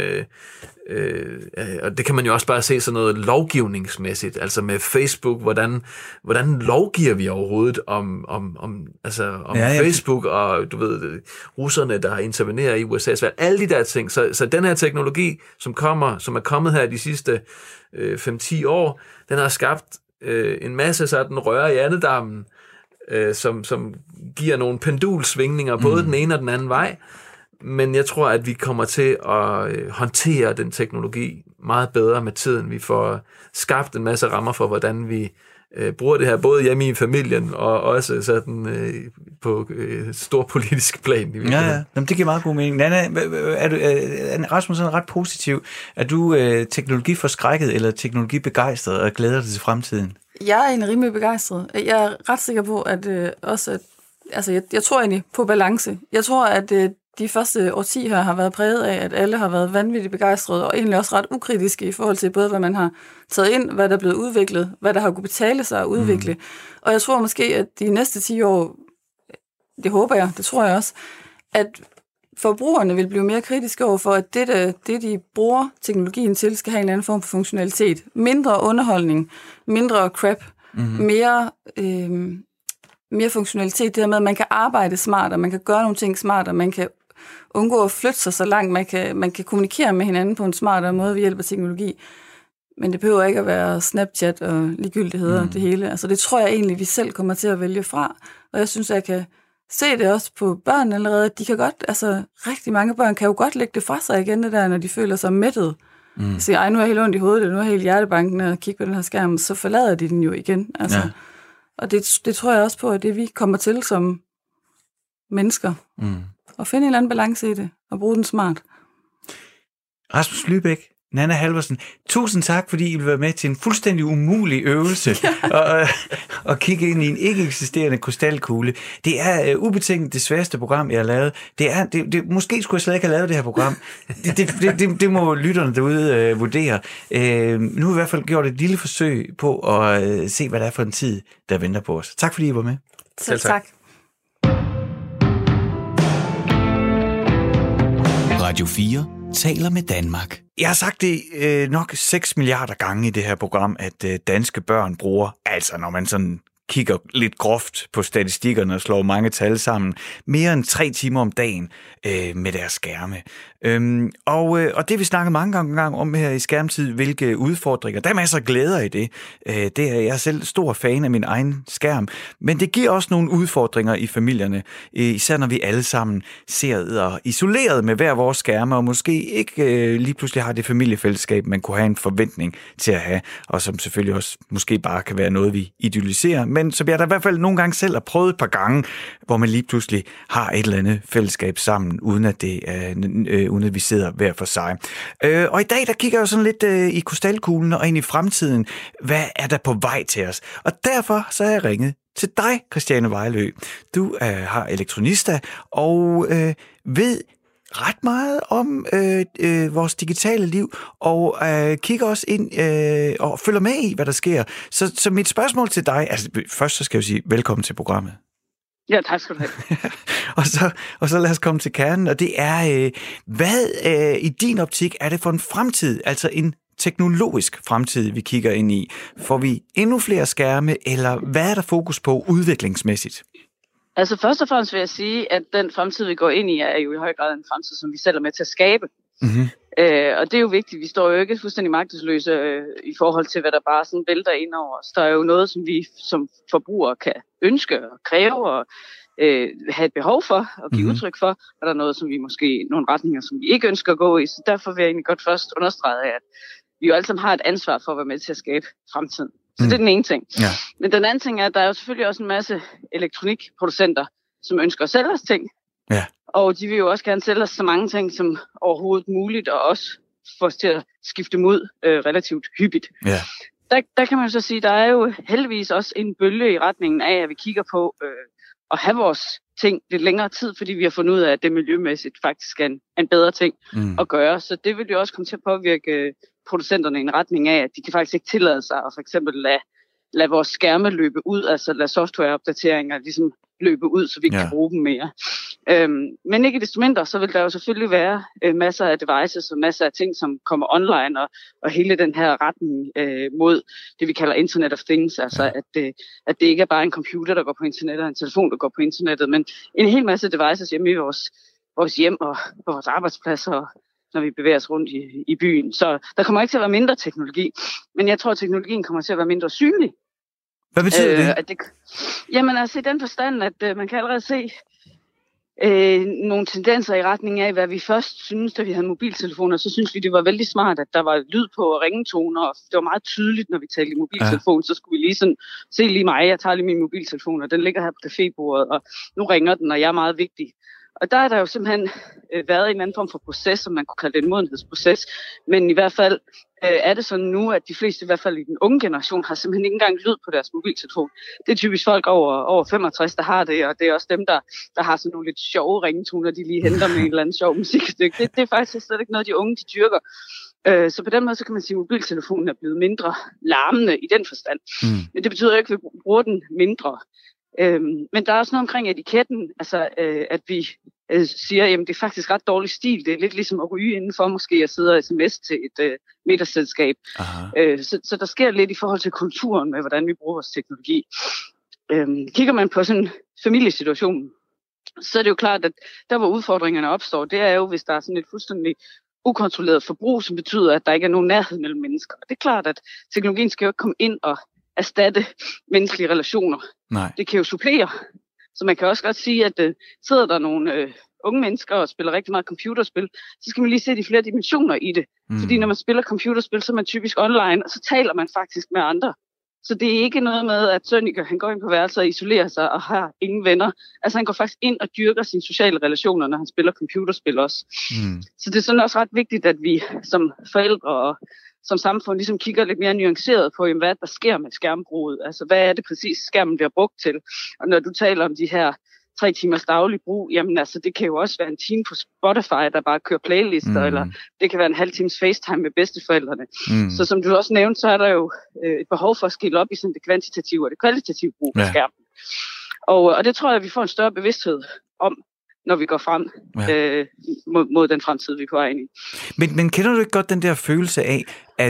og det kan man jo også bare se sådan noget lovgivningsmæssigt, altså med Facebook, hvordan lovgiver vi overhovedet om Facebook, og du ved, russerne, der intervenerer i USA's valg, alle de der ting. Så den her teknologi, som er kommet her de sidste 5-10 år, den har skabt en masse sådan røre i andedammen, som giver nogle pendulsvingninger, både den ene og den anden vej. Men jeg tror, at vi kommer til at håndtere den teknologi meget bedre med tiden. Vi får skabt en masse rammer for, hvordan vi bruger det her, både hjemme i familien og også sådan på stor politisk plan. Ja. Jamen, det giver meget god mening. Nanna, er Rasmus sådan ret positiv? Er du teknologiforskrækket eller teknologibegejstret og glæder dig til fremtiden? Jeg er egentlig rimelig begejstret. Jeg er ret sikker på, at jeg tror egentlig på balance. Jeg tror, at de første årtier har været præget af, at alle har været vanvittigt begejstrede, og egentlig også ret ukritiske i forhold til både, hvad man har taget ind, hvad der er blevet udviklet, hvad der har kunne betale sig at udvikle. Og jeg tror måske, at de næste 10 år, det håber jeg, det tror jeg også, at forbrugerne vil blive mere kritiske over for, at det de bruger teknologien til, skal have en eller anden form for funktionalitet. Mindre underholdning, mindre crap, mere funktionalitet, det her med, at man kan arbejde smartere, man kan gøre nogle ting smartere, man kan undgå at flytte sig så langt, man kan kommunikere med hinanden på en smartere måde ved hjælp af teknologi. Men det behøver ikke at være Snapchat og ligegyldigheder det hele. Altså det tror jeg egentlig, vi selv kommer til at vælge fra. Og jeg synes, jeg kan se det også på børn allerede. De kan godt, altså rigtig mange børn kan jo godt lægge det fra sig igen, det der, når de føler sig mættet. Så nu er jeg helt ondt i hovedet, eller nu er jeg helt hjertebanken, og kigge på den her skærm, så forlader de den jo igen. Altså. Ja. Og det tror jeg også på, at det vi kommer til som mennesker. At finde en eller anden balance i det, og bruge den smart. Rasmus Lybæk, Nanna Halvorsen, tusind tak, fordi I vil være med til en fuldstændig umulig øvelse og kigge ind i en ikke eksisterende krystalkugle. Det er ubetinget det sværeste program, jeg har lavet. Måske skulle jeg slet ikke have lavet det her program. Det må lytterne derude vurdere. Nu har vi i hvert fald gjort et lille forsøg på at se, hvad der er for en tid, der venter på os. Tak fordi I var med. Selv tak. Radio 4 taler med Danmark. Jeg har sagt det nok 6 milliarder gange i det her program, at danske børn bruger, altså når man sådan kigger lidt groft på statistikkerne og slår mange tal sammen, mere end 3 timer om dagen med deres skærme. Og det vi snakket mange gange om her i Skærmtid, hvilke udfordringer. Der er masser af glæder i det. Det er jeg selv stor fan af min egen skærm. Men det giver også nogle udfordringer i familierne, især når vi alle sammen sidder isoleret med hver vores skærme, og måske ikke lige pludselig har det familiefællesskab, man kunne have en forventning til at have, og som selvfølgelig også måske bare kan være noget, vi idylliserer, men som jeg da i hvert fald nogle gange selv har prøvet et par gange, hvor man lige pludselig har et eller andet fællesskab sammen, uden at uden at vi sidder hver for sig. Og i dag, der kigger jeg jo sådan lidt i krystalkuglen og ind i fremtiden. Hvad er der på vej til os? Og derfor så har jeg ringet til dig, Christiane Vejlø. Du har elektronista og ved ret meget om vores digitale liv, og kigger også ind og følger med i, hvad der sker. Så mit spørgsmål til dig, altså først så skal jeg sige velkommen til programmet. Ja, tak skal du have. og så lad os komme til kernen, og det er, hvad i din optik er det for en fremtid, altså en teknologisk fremtid, vi kigger ind i? Får vi endnu flere skærme, eller hvad er der fokus på udviklingsmæssigt? Altså først og fremmest vil jeg sige, at den fremtid, vi går ind i, er jo i høj grad en fremtid, som vi selv er med til at skabe. Mm-hmm. Og det er jo vigtigt. Vi står jo ikke fuldstændig magtesløse i forhold til, hvad der bare sådan vælter ind over os. Der er jo noget, som vi som forbrugere kan ønske og kræve, og have et behov for og give udtryk for, og der er noget, som vi måske, nogle retninger, som vi ikke ønsker at gå i. Så derfor vil jeg egentlig godt først understrege, at vi jo alle sammen har et ansvar for at være med til at skabe fremtiden. Så det er den ene ting. Ja. Men den anden ting er, at der er jo selvfølgelig også en masse elektronikproducenter, som ønsker at sælge os ting. Ja. Og de vil jo også gerne sælge os så mange ting som overhovedet muligt, og også få os til at skifte dem ud relativt hyppigt. Ja. Der kan man så sige, at der er jo heldigvis også en bølge i retningen af, at vi kigger på at have vores ting lidt længere tid, fordi vi har fundet ud af, at det miljømæssigt faktisk er en bedre ting at gøre. Så det vil jo også komme til at påvirke producenterne i en retning af, at de kan faktisk ikke tillade sig at for eksempel lade vores skærme løbe ud, altså lade softwareopdateringer ligesom løbe ud, så vi kan bruge dem mere. Men ikke desto mindre, så vil der jo selvfølgelig være masser af devices og masser af ting, som kommer online, og hele den her retning mod det, vi kalder Internet of Things, altså at det ikke er bare en computer, der går på internettet, og en telefon, der går på internettet, men en hel masse devices hjemme i vores hjem og på vores arbejdspladser, når vi bevæger os rundt i byen. Så der kommer ikke til at være mindre teknologi, men jeg tror, at teknologien kommer til at være mindre synlig. Hvad betyder det? Jamen altså i den forstand, at man kan allerede se nogle tendenser i retning af, hvad vi først synes, da vi havde mobiltelefoner, så synes vi, det var vældig smart, at der var lyd på og ringetoner, og det var meget tydeligt, når vi talte i mobiltelefon, så skulle vi lige sådan, se lige mig, jeg tager lige min mobiltelefon, og den ligger her på cafébordet, og nu ringer den, og jeg er meget vigtig. Og der er der jo simpelthen været en anden form for proces, som man kunne kalde det en modenhedsproces, men i hvert fald er det sådan nu, at de fleste, i hvert fald i den unge generation, har simpelthen ikke engang lyd på deres mobiltelefon. Det er typisk folk over 65, der har det, og det er også dem, der har sådan nogle lidt sjove ringetoner, de lige henter med en eller anden sjov musikstykke. Det er faktisk slet ikke noget, de unge de dyrker. Så på den måde, så kan man sige, at mobiltelefonen er blevet mindre larmende i den forstand. Men det betyder ikke, at vi bruger den mindre. Men der er også noget omkring etiketten, altså at vi siger, jamen det er faktisk ret dårlig stil. Det er lidt ligesom at ryge indenfor, måske at sidde og sms til et middagsselskab. Så der sker lidt i forhold til kulturen med, hvordan vi bruger vores teknologi. Kigger man på sådan en familiesituation, så er det jo klart, at der hvor udfordringerne opstår, det er jo, hvis der er sådan et fuldstændig ukontrolleret forbrug, som betyder, at der ikke er nogen nærhed mellem mennesker. Og det er klart, at teknologien skal jo ikke komme ind og erstatte menneskelige relationer. Nej. Det kan jo supplere. Så man kan også godt sige, at sidder der nogle unge mennesker og spiller rigtig meget computerspil, så skal man lige se de flere dimensioner i det. Fordi når man spiller computerspil, så er man typisk online, og så taler man faktisk med andre. Så det er ikke noget med, at Sønneke, han går ind på værelset og isolerer sig og har ingen venner. Altså han går faktisk ind og dyrker sine sociale relationer, når han spiller computerspil også. Så det er sådan også ret vigtigt, at vi som forældre og som samfund ligesom kigger lidt mere nuanceret på, hvad der sker med skærmbruget. Altså hvad er det præcis, skærmen bliver brugt til? Og når du taler om de her 3 timers daglig brug, jamen altså det kan jo også være en time på Spotify, der bare kører playlister, eller det kan være en halv times FaceTime med bedsteforældrene. Så som du også nævnte, så er der jo et behov for at skille op i sådan det kvantitative og det kvalitative brug af skærmen. Og det tror jeg, at vi får en større bevidsthed om, når vi går frem mod den fremtid, vi er på vej ind i. Men kender du ikke godt den der følelse af,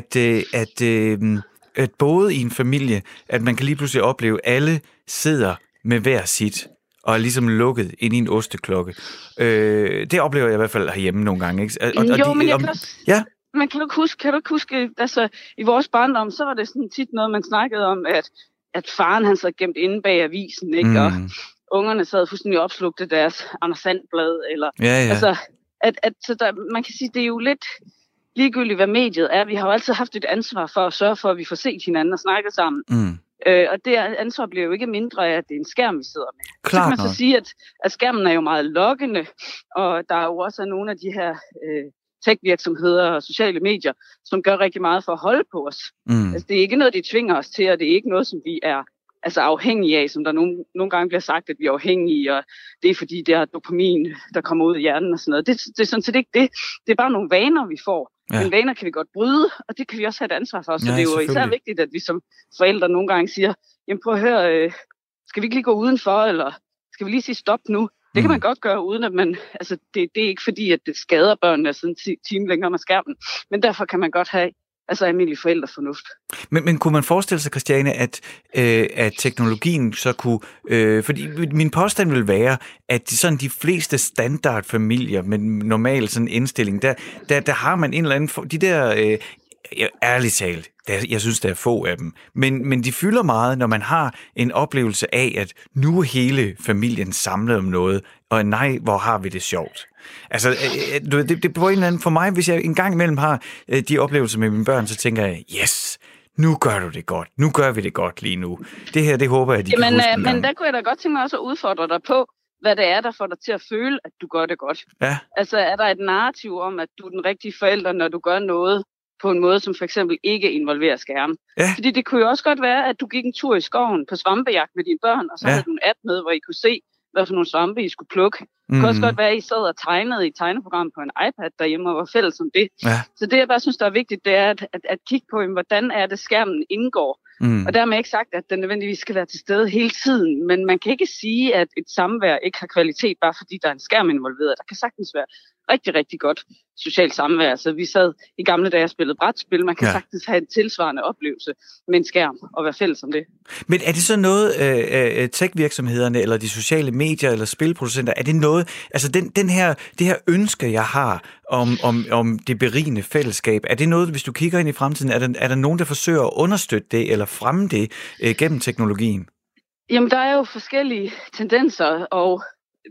at både i en familie, at man kan lige pludselig opleve, at alle sidder med hver sit, og er ligesom lukket ind i en osteklokke. Det oplever jeg i hvert fald herhjemme nogle gange, ikke? Men jeg kan også... Ja? Man kan du ikke huske, altså i vores barndom, så var det sådan tit noget, man snakkede om, at faren han sad gemt inde bag avisen, ikke? Og ungerne sad fuldstændig opslugt af deres Anders Sand-blad, eller... Altså, så der, man kan sige, det er jo lidt ligegyldigt, hvad mediet er. Vi har jo altid haft et ansvar for at sørge for, at vi får set hinanden og snakket sammen. Og det ansvar bliver jo ikke mindre af, at det er en skærm, vi sidder med. Klart, så kan man så sige, at skærmen er jo meget lokkende, og der er jo også nogle af de her tech-virksomheder og sociale medier, som gør rigtig meget for at holde på os. Altså, det er ikke noget, de tvinger os til, og det er ikke noget, som vi er afhængige af, som der nogle gange bliver sagt, at vi er afhængige, og det er fordi, det er dopamin, der kommer ud i hjernen og sådan noget. Det er sådan set ikke det. Det er bare nogle vaner, vi får. Men vaner kan vi godt bryde, og det kan vi også have et ansvar for. Så det er jo især vigtigt, at vi som forældre nogle gange siger, jamen prøv at høre, skal vi ikke lige gå udenfor, eller skal vi lige sige stop nu? Det kan man godt gøre, uden at man, altså det er ikke fordi, at det skader børnene at sidde en time længere med skærmen, men derfor kan man godt have almindelig forældrefornuft. Men kunne man forestille sig, Christiane, at teknologien så kunne... fordi min påstand vil være, at sådan de fleste standardfamilier med normal sådan indstilling, der har man en eller anden... De der... ærligt talt, Jeg synes, der er få af dem. Men de fylder meget, når man har en oplevelse af, at nu er hele familien samlet om noget, og nej, hvor har vi det sjovt. Altså, det på en eller anden, for mig, hvis jeg en gang imellem har de oplevelser med mine børn, så tænker jeg, yes, nu gør du det godt. Nu gør vi det godt lige nu. Det her, det håber jeg, de kan huske. Men der kunne jeg da godt tænke mig også at udfordre dig på, hvad det er, der får dig til at føle, at du gør det godt. Ja. Altså, er der et narrativ om, at du er den rigtige forælder, når du gør noget på en måde, som for eksempel ikke involverer skærm? Ja. Fordi det kunne jo også godt være, at du gik en tur i skoven på svampejagt med dine børn, og så havde du en app med, hvor I kunne se, hvad for nogle svampe I skulle plukke. Det kunne også godt være, at I sad og tegnede i et tegneprogram på en iPad derhjemme og var fælles om det. Ja. Så det, jeg bare synes, der er vigtigt, det er at kigge på, hvordan er det, skærmen indgår. Og dermed ikke sagt, at den nødvendigvis skal være til stede hele tiden, men man kan ikke sige, at et samvær ikke har kvalitet, bare fordi der er en skærm involveret. Der kan sagtens være rigtig, rigtig godt socialt samvær. Så vi sad i gamle dage og spillede brætspil. Man kan sagtens have en tilsvarende oplevelse med en skærm og være fælles om det. Men er det så noget, tech-virksomhederne eller de sociale medier eller spilproducenter, er det noget, altså det her ønske, jeg har om det berigende fællesskab, er det noget, hvis du kigger ind i fremtiden, er der nogen, der forsøger at understøtte det eller fremme det gennem teknologien? Jamen, der er jo forskellige tendenser og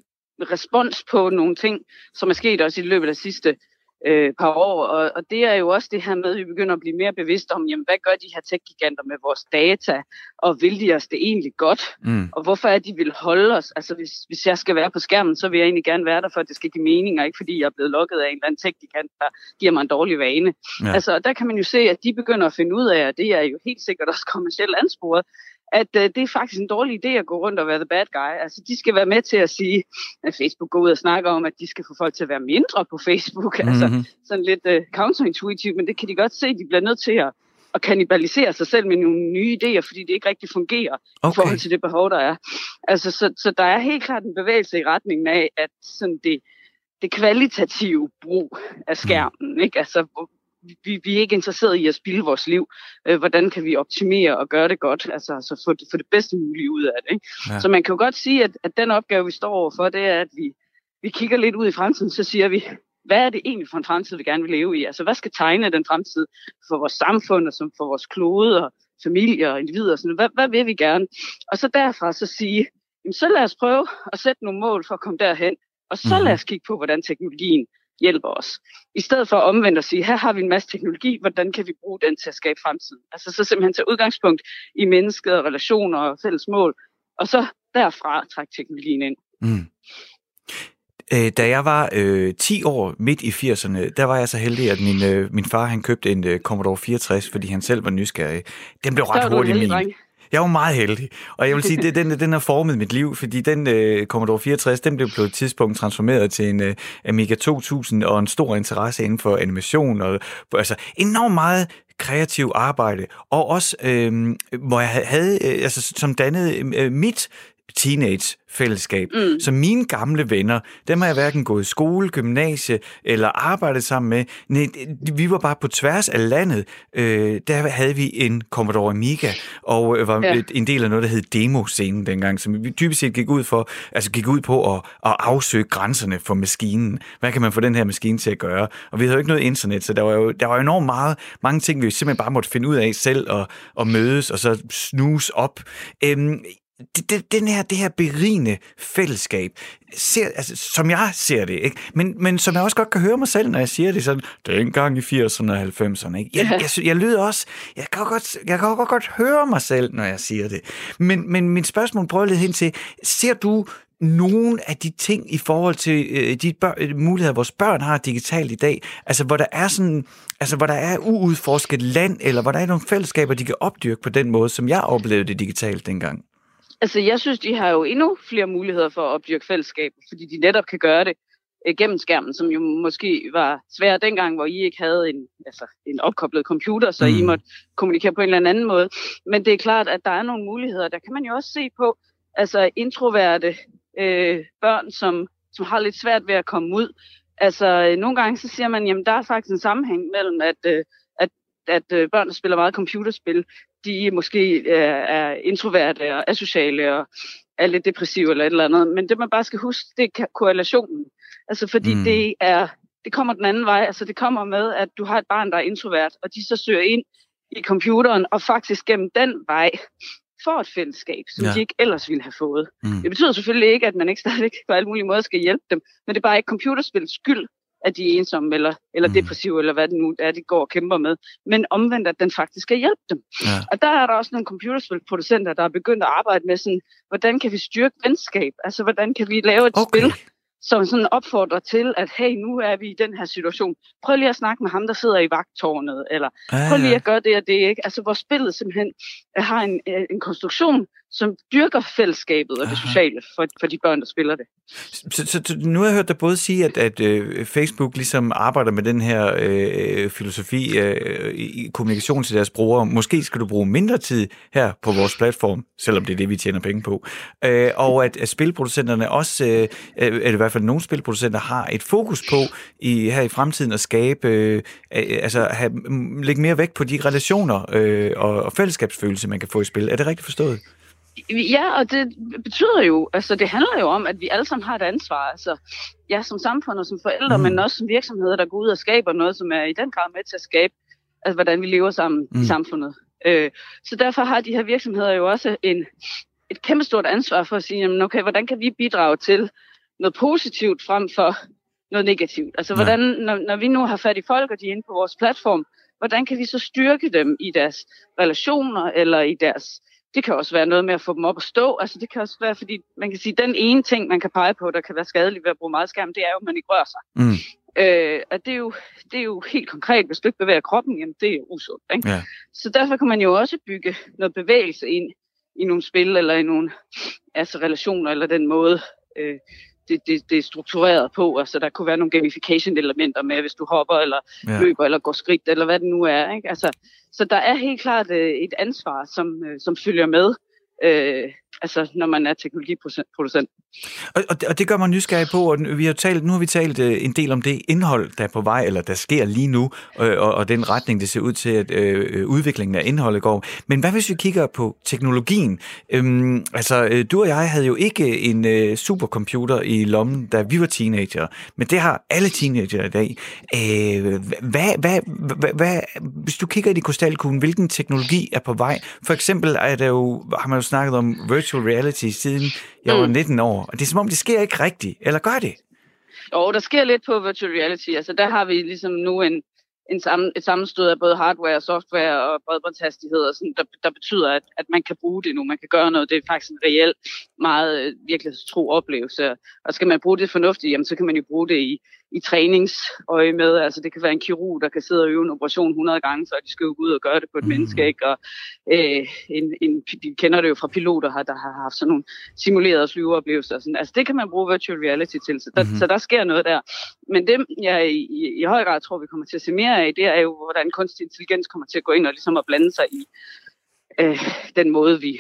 respons på nogle ting, som er sket også i løbet af de sidste par år, og det er jo også det her med, at vi begynder at blive mere bevidste om, jamen, hvad gør de her tech-giganter med vores data, og vil de os det egentlig godt, og hvorfor er de vil holde os? Altså, hvis jeg skal være på skærmen, så vil jeg egentlig gerne være der, for at det skal give mening, og ikke fordi jeg er blevet lukket af en eller anden tech-gigant, der giver mig en dårlig vane. Ja. Altså, der kan man jo se, at de begynder at finde ud af, og det er jo helt sikkert også kommercielt ansporet, at det er faktisk en dårlig idé at gå rundt og være the bad guy. Altså, de skal være med til at sige, at Facebook går ud og snakker om, at de skal få folk til at være mindre på Facebook. Altså, sådan lidt counterintuitivt, men det kan de godt se, de bliver nødt til at kannibalisere sig selv med nogle nye idéer, fordi det ikke rigtig fungerer i forhold til det behov, der er. Altså, så der er helt klart en bevægelse i retningen af, at sådan det kvalitative brug af skærmen, ikke? Altså, vi er ikke interesseret i at spilde vores liv. Hvordan kan vi optimere og gøre det godt? Altså få det bedste mulige ud af det. Ikke? Ja. Så man kan jo godt sige, at den opgave, vi står overfor, det er, at vi kigger lidt ud i fremtiden, så siger vi, hvad er det egentlig for en fremtid, vi gerne vil leve i? Altså, hvad skal tegne den fremtid for vores samfund, og for vores klode, og familier og individer? Sådan. Hvad vil vi gerne? Og så derfra så sige, jamen, så lad os prøve at sætte nogle mål for at komme derhen, og så lad os kigge på, hvordan teknologien hjælper os. I stedet for at omvendt at sige, her har vi en masse teknologi, hvordan kan vi bruge den til at skabe fremtiden? Altså så simpelthen tage udgangspunkt i mennesket og relationer og fælles mål, og så derfra trække teknologien ind. Da jeg var 10 år midt i 80'erne, der var jeg så heldig, at min far han købte en Commodore 64, fordi han selv var nysgerrig. Den blev ret hurtigt min. Jeg var meget heldig, og jeg vil sige, at den har formet mit liv, fordi den Commodore 64, den blev på et tidspunkt transformeret til en Amiga 2000 og en stor interesse inden for animation og altså enormt meget kreativ arbejde, og også hvor jeg havde som dannede mit teenage-fællesskab. Så mine gamle venner, dem har jeg hverken gået i skole, gymnasie eller arbejdet sammen med. Nej, vi var bare på tværs af landet. Der havde vi en Commodore Amiga, og var en del af noget, der hed demo-scenen dengang, som vi typisk set gik ud på at afsøge grænserne for maskinen. Hvad kan man få den her maskine til at gøre? Og vi havde jo ikke noget internet, så der var enormt mange ting, vi simpelthen bare måtte finde ud af selv og mødes og så snuse op. Det her berigende fællesskab, som jeg ser det, ikke? Men som jeg også godt kan høre mig selv, når jeg siger det sådan, dengang i 80'erne og 90'erne, ikke? Jeg lyder også, jeg kan godt høre mig selv, når jeg siger det. Men mit spørgsmål prøver lidt hen til, ser du nogle af de ting i forhold til de muligheder, vores børn har digitalt i dag, altså hvor der er sådan, altså hvor der er uudforsket land, eller hvor der er nogle fællesskaber, de kan opdyrke på den måde, som jeg oplevede det digitalt dengang? Altså, jeg synes, de har jo endnu flere muligheder for at opdyrke fællesskab, fordi de netop kan gøre det gennem skærmen, som jo måske var svært dengang, hvor I ikke havde en opkoblet computer, så I måtte kommunikere på en eller anden måde. Men det er klart, at der er nogle muligheder. Der kan man jo også se på, altså introverte børn, som har lidt svært ved at komme ud. Altså, nogle gange så siger man, jamen der er faktisk en sammenhæng mellem, at børn, der spiller meget computerspil, de måske er introverte og asociale og er lidt depressive eller et eller andet. Men det man bare skal huske, det er korrelationen. Altså fordi det kommer den anden vej. Altså det kommer med, at du har et barn, der er introvert, og de så søger ind i computeren, og faktisk gennem den vej får et fællesskab, som de ikke ellers ville have fået. Det betyder selvfølgelig ikke, at man ikke stadigvæk på alle mulige måder skal hjælpe dem, men det er bare ikke computerspillets skyld, at de er ensomme eller depressive, eller hvad det nu er, de går og kæmper med, men omvendt, at den faktisk skal hjælpe dem. Ja. Og der er der også nogle computerspilproducenter, der er begyndt at arbejde med sådan, hvordan kan vi styrke venskab? Altså, hvordan kan vi lave et spil, som sådan opfordrer til, at hey, nu er vi i den her situation. Prøv lige at snakke med ham, der sidder i vagttårnet, eller prøv lige at gøre det og det, ikke? Altså, hvor spillet simpelthen har en konstruktion, som dyrker fællesskabet og det sociale for de børn, der spiller det. Så nu har jeg hørt dig både sige, at Facebook ligesom arbejder med den her filosofi i kommunikation til deres brugere. Måske skal du bruge mindre tid her på vores platform, selvom det er det, vi tjener penge på. Og at spilproducenterne også, eller i hvert fald nogle spilproducenter, har et fokus på her i fremtiden at skabe, lægge mere vægt på de relationer og fællesskabsfølelse, man kan få i spil. Er det rigtigt forstået? Ja, og det betyder jo, altså det handler jo om, at vi alle sammen har et ansvar, altså som samfund og som forældre, men også som virksomheder, der går ud og skaber noget, som er i den grad med til at skabe, altså hvordan vi lever sammen i samfundet. Så derfor har de her virksomheder jo også et kæmpestort ansvar for at sige, jamen okay, hvordan kan vi bidrage til noget positivt frem for noget negativt? Altså hvordan, når vi nu har fat i folk, og de er inde på vores platform, hvordan kan vi så styrke dem i deres relationer, eller i deres... Det kan også være noget med at få dem op at stå. Altså det kan også være, fordi man kan sige, at den ene ting, man kan pege på, der kan være skadelig ved at bruge meget skærm, det er jo, at man ikke rører sig. Og det er jo helt konkret, hvis du ikke bevæger kroppen, jamen det er jo usundt. Ikke? Ja. Så derfor kan man jo også bygge noget bevægelse ind i nogle spil, eller i nogle relationer, eller den måde, det er struktureret på. Altså der kunne være nogle gamification-elementer med, hvis du hopper, eller løber, eller går skridt, eller hvad det nu er. Ikke? Altså, så der er helt klart et ansvar, som følger med, når man er teknologiproducent. Og det gør mig nysgerrig på, og nu har vi talt en del om det indhold, der er på vej, eller der sker lige nu, og den retning, det ser ud til, at udviklingen af indholdet går. Men hvad hvis vi kigger på teknologien? Du og jeg havde jo ikke en supercomputer i lommen, da vi var teenager, men det har alle teenager i dag. Hvis du kigger i de krystalkuglen, hvilken teknologi er på vej? For eksempel har man jo snakket om virtual reality siden jeg var 19 år, og det er som om, det sker ikke rigtigt, eller gør det? Jo, der sker lidt på virtual reality, altså der har vi ligesom nu et sammenstød af både hardware og software og bredbåndshastighed, og sådan, der betyder, at man kan bruge det nu, man kan gøre noget, det er faktisk en reelt meget virkelighedstro oplevelse, og skal man bruge det fornuftigt, jamen så kan man jo bruge det i træningsøje med, altså det kan være en kirurg, der kan sidde og øve en operation 100 gange, så de skal jo gå ud og gøre det på et menneske, ikke? Og de kender det jo fra piloter her, der har haft sådan nogle simulerede flyveoplevelser, sådan. Altså det kan man bruge virtual reality til, så der sker noget der. Men det, jeg i høj grad tror, vi kommer til at se mere af, det er jo, hvordan kunstig intelligens kommer til at gå ind og ligesom at blande sig i den måde, vi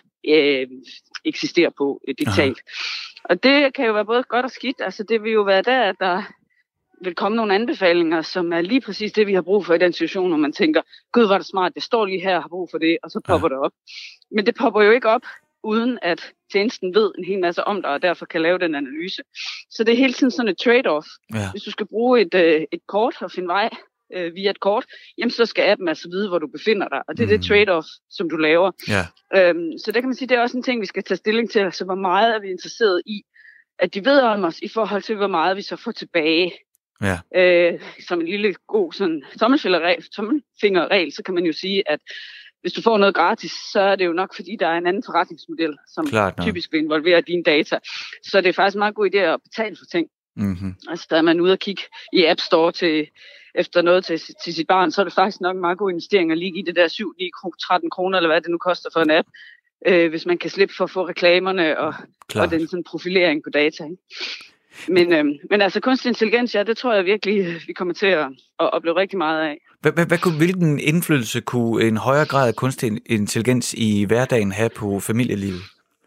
eksisterer på digitalt. Og det kan jo være både godt og skidt. Altså det vil jo være der, at der vil komme nogle anbefalinger, som er lige præcis det, vi har brug for i den situation, hvor man tænker, gud, hvor er det smart, det står lige her og har brug for det, og så popper det op. Men det popper jo ikke op, uden at tjenesten ved en hel masse om dig, og derfor kan lave den analyse. Så det er hele tiden sådan et trade-off. Ja. Hvis du skal bruge et kort og finde vej via et kort, jamen så skal appen altså vide, hvor du befinder dig. Og det er det trade-off, som du laver. Ja. Så det kan man sige, det er også en ting, vi skal tage stilling til. Altså, hvor meget er vi interesseret i, at de ved om os, i forhold til, hvor meget vi så får tilbage. Ja. Som en lille god sådan, tommelfingerregel, så kan man jo sige, at hvis du får noget gratis, så er det jo nok, fordi der er en anden forretningsmodel, som typisk vil involvere dine data. Så det er faktisk en meget god idé at betale for ting. Mm-hmm. Altså, der er man ude og kigge i App Store efter noget til sit barn, så er det faktisk nok en meget god investering at lige i det der 7, 9, 13 kroner, eller hvad det nu koster for en app, hvis man kan slippe for at få reklamerne og den sådan profilering på data. Ikke? Men altså kunstig intelligens, det tror jeg virkelig, vi kommer til at opleve rigtig meget af. Hvilken indflydelse kunne en højere grad af kunstig intelligens i hverdagen have på familielivet?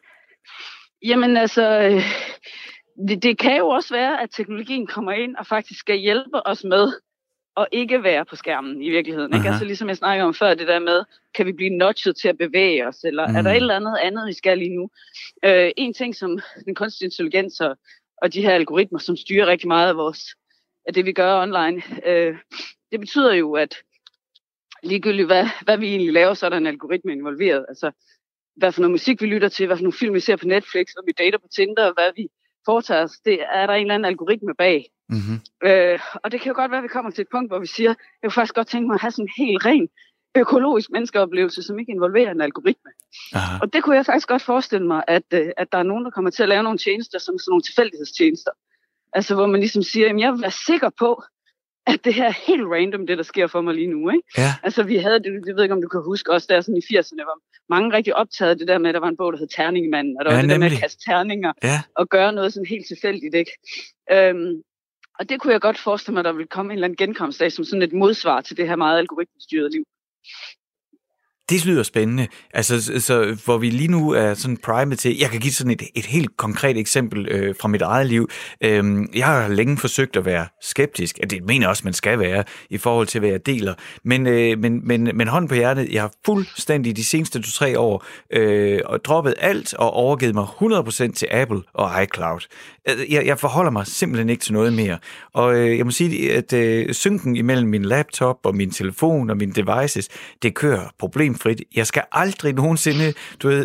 Jamen altså, det kan jo også være, at teknologien kommer ind og faktisk skal hjælpe os med at ikke være på skærmen i virkeligheden. Ikke? Altså ligesom jeg snakkede om før, det der med, kan vi blive nudget til at bevæge os, eller er der et eller andet, vi skal lige nu? En ting, som den kunstig intelligens og de her algoritmer, som styrer rigtig meget af det, vi gør online, det betyder jo, at ligegyldigt hvad vi egentlig laver, så er der en algoritme involveret. Altså, hvad for noget musik vi lytter til, hvad for nogle film vi ser på Netflix, hvad vi dater på Tinder, hvad vi foretager os, det er der en eller anden algoritme bag. Mm-hmm. Og det kan jo godt være, at vi kommer til et punkt, hvor vi siger, jeg kunne faktisk godt tænke mig at have sådan en helt ren økologisk menneskeoplevelse, som ikke involverer en algoritme. Aha. Og det kunne jeg faktisk godt forestille mig, at der er nogen, der kommer til at lave nogle tjenester, som sådan nogle tilfældighedstjenester. Altså hvor man ligesom siger, jamen jeg vil være sikker på, at det her er helt random, det der sker for mig lige nu, ikke? Ja. Altså vi havde det, jeg ved ikke om du kan huske også, der sådan i 80'erne var mange rigtig optaget det der med, at der var en bog, der hed Terningemanden, og der var det der med at kaste terninger og gøre noget sådan helt tilfældigt, ikke? Og det kunne jeg godt forestille mig, der ville komme en eller anden genkomstdag som sådan et modsvar til det her meget algoritmestyrede liv. Det lyder spændende. Altså, så hvor vi lige nu er sådan primet til, jeg kan give sådan et helt konkret eksempel fra mit eget liv. Jeg har længe forsøgt at være skeptisk, og det mener også, man skal være, i forhold til, hvad jeg deler. Men hånden på hjertet, jeg har fuldstændig de seneste 2-3 år og droppet alt og overgivet mig 100% til Apple og iCloud. Jeg forholder mig simpelthen ikke til noget mere. Og jeg må sige, at synken imellem min laptop og min telefon og mine devices, det kører problemfrit. Jeg skal aldrig nogensinde,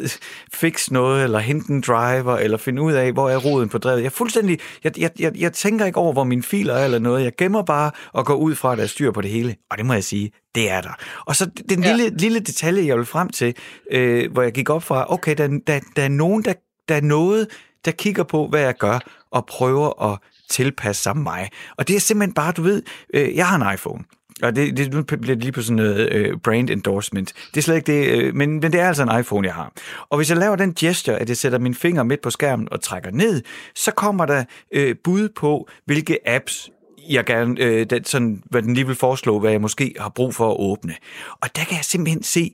fikse noget, eller hente en driver, eller finde ud af, hvor er roden på drevet. Jeg er fuldstændig, jeg tænker ikke over, hvor mine filer er eller noget. Jeg gemmer bare og går ud fra, at der er styr på det hele. Og det må jeg sige, det er der. Og så den lille detalje, jeg vil frem til, hvor jeg gik op fra, okay, der er nogen, der er noget, der kigger på, hvad jeg gør, og prøver at tilpasse sig mig. Og det er simpelthen bare, jeg har en iPhone, og nu bliver det lige på sådan noget brand endorsement. Det er slet ikke det, men det er altså en iPhone, jeg har. Og hvis jeg laver den gesture, at jeg sætter mine fingre midt på skærmen og trækker ned, så kommer der bud på, hvilke apps jeg gerne, sådan, hvad den lige vil foreslå, hvad jeg måske har brug for at åbne. Og der kan jeg simpelthen se,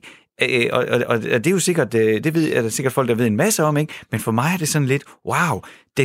og det er jo sikkert, er der sikkert folk, der ved en masse om, ikke? Men for mig er det sådan lidt, wow,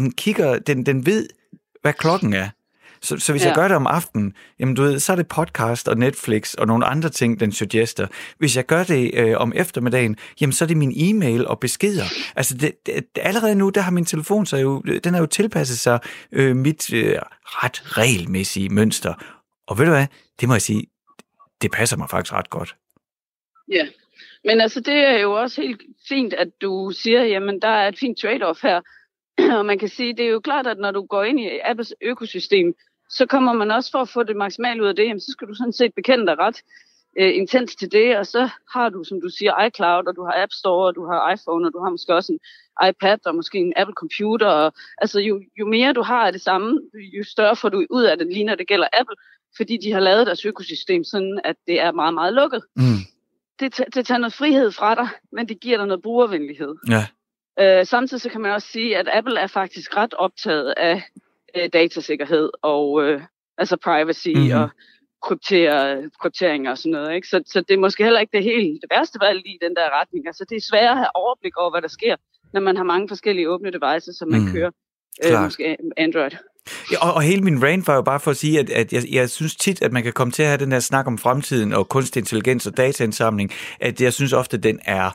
den ved, hvad klokken er. Så hvis jeg gør det om aftenen, jamen så er det podcast og Netflix og nogle andre ting, den suggester. Hvis jeg gør det om eftermiddagen, jamen så er det min e-mail og beskeder. Altså allerede nu, der har min telefon den har jo tilpasset sig mit ret regelmæssige mønster. Og ved du hvad, det må jeg sige, det passer mig faktisk ret godt. Ja, men altså det er jo også helt fint, at du siger, jamen der er et fint trade-off her. Og man kan sige, det er jo klart, at når du går ind i Apples økosystem, så kommer man også for at få det maksimale ud af det, jamen, så skal du sådan set bekende dig ret intens til det, og så har du, som du siger, iCloud, og du har App Store, og du har iPhone, og du har måske også en iPad, og måske en Apple Computer, og altså jo mere du har af det samme, jo større får du ud af det, lige når det gælder Apple, fordi de har lavet deres økosystem sådan, at det er meget, meget lukket. Mm. Det tager noget frihed fra dig, men det giver dig noget brugervenlighed. Ja. Samtidig så kan man også sige, at Apple er faktisk ret optaget af datasikkerhed og altså privacy og kryptering og sådan noget, ikke? Så det er måske heller ikke det værste valg i den der retning. Altså det er svært at have overblik over, hvad der sker, når man har mange forskellige åbne devices, som man kører. Måske Android. Ja, og hele min rant var jo bare for at sige, at jeg synes tit, at man kan komme til at have den her snak om fremtiden og kunstig intelligens og dataindsamling, at jeg synes ofte, at den er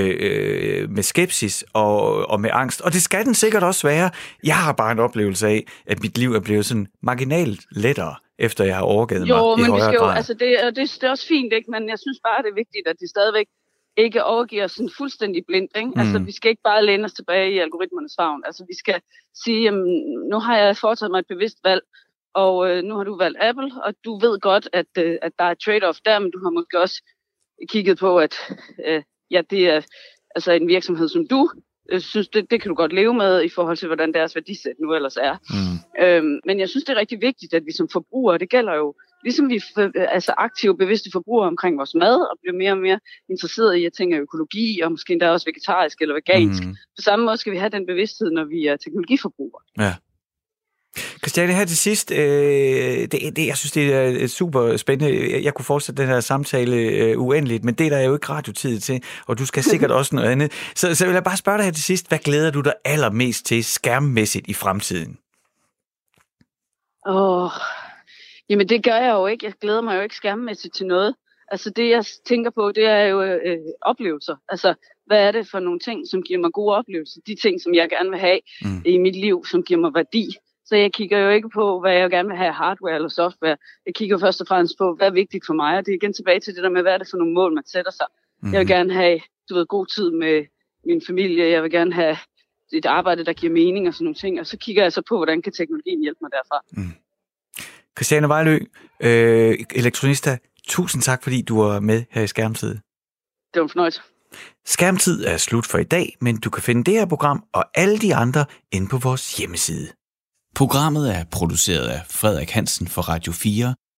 med skepsis og med angst. Og det skal den sikkert også være. Jeg har bare en oplevelse af, at mit liv er blevet sådan marginalt lettere, efter jeg har overgivet mig i højere grad. Jo, men det skal jo, altså det er også fint, ikke? Men jeg synes bare, det er vigtigt, at det stadigvæk ikke overgiver os sådan fuldstændig blindt, ikke? Altså, vi skal ikke bare læne os tilbage i algoritmernes favn. Altså, vi skal sige, jamen, nu har jeg foretaget mig et bevidst valg, og nu har du valgt Apple, og du ved godt, at der er et trade-off der, men du har måske også kigget på, at det er altså en virksomhed, som du synes, det kan du godt leve med i forhold til, hvordan deres værdisæt nu ellers er. Men jeg synes, det er rigtig vigtigt, at vi som forbrugere, det gælder jo, ligesom vi altså aktive, bevidste forbrugere omkring vores mad, og bliver mere og mere interesseret i at tænke økologi, og måske endda også vegetarisk eller vegansk. På samme måde skal vi have den bevidsthed, når vi er teknologiforbrugere. Ja. Christiane, her til sidst, jeg synes, det er super spændende. Jeg kunne fortsætte den her samtale uendeligt, men det er der jo ikke radiotid til, og du skal sikkert også noget andet. Så vil jeg bare spørge dig her til sidst, hvad glæder du dig allermest til skærmmæssigt i fremtiden? Jamen det gør jeg jo ikke. Jeg glæder mig jo ikke skærmmæssigt til noget. Altså det, jeg tænker på, det er jo oplevelser. Altså, hvad er det for nogle ting, som giver mig gode oplevelser? De ting, som jeg gerne vil have i mit liv, som giver mig værdi, Så jeg kigger jo ikke på, hvad jeg gerne vil have, hardware eller software. Jeg kigger først og fremmest på, hvad er vigtigt for mig, og det er igen tilbage til det der med, hvad er det for nogle mål, man sætter sig. Jeg vil gerne have, god tid med min familie, jeg vil gerne have et arbejde, der giver mening og sådan nogle ting, og så kigger jeg så på, hvordan kan teknologien hjælpe mig derfra. Christiane Vejlø, elektronista, tusind tak, fordi du var med her i Skærmtid. Det var en fornøjelse. Skærmtid er slut for i dag, men du kan finde det her program og alle de andre inde på vores hjemmeside. Programmet er produceret af Frederik Hansen for Radio 4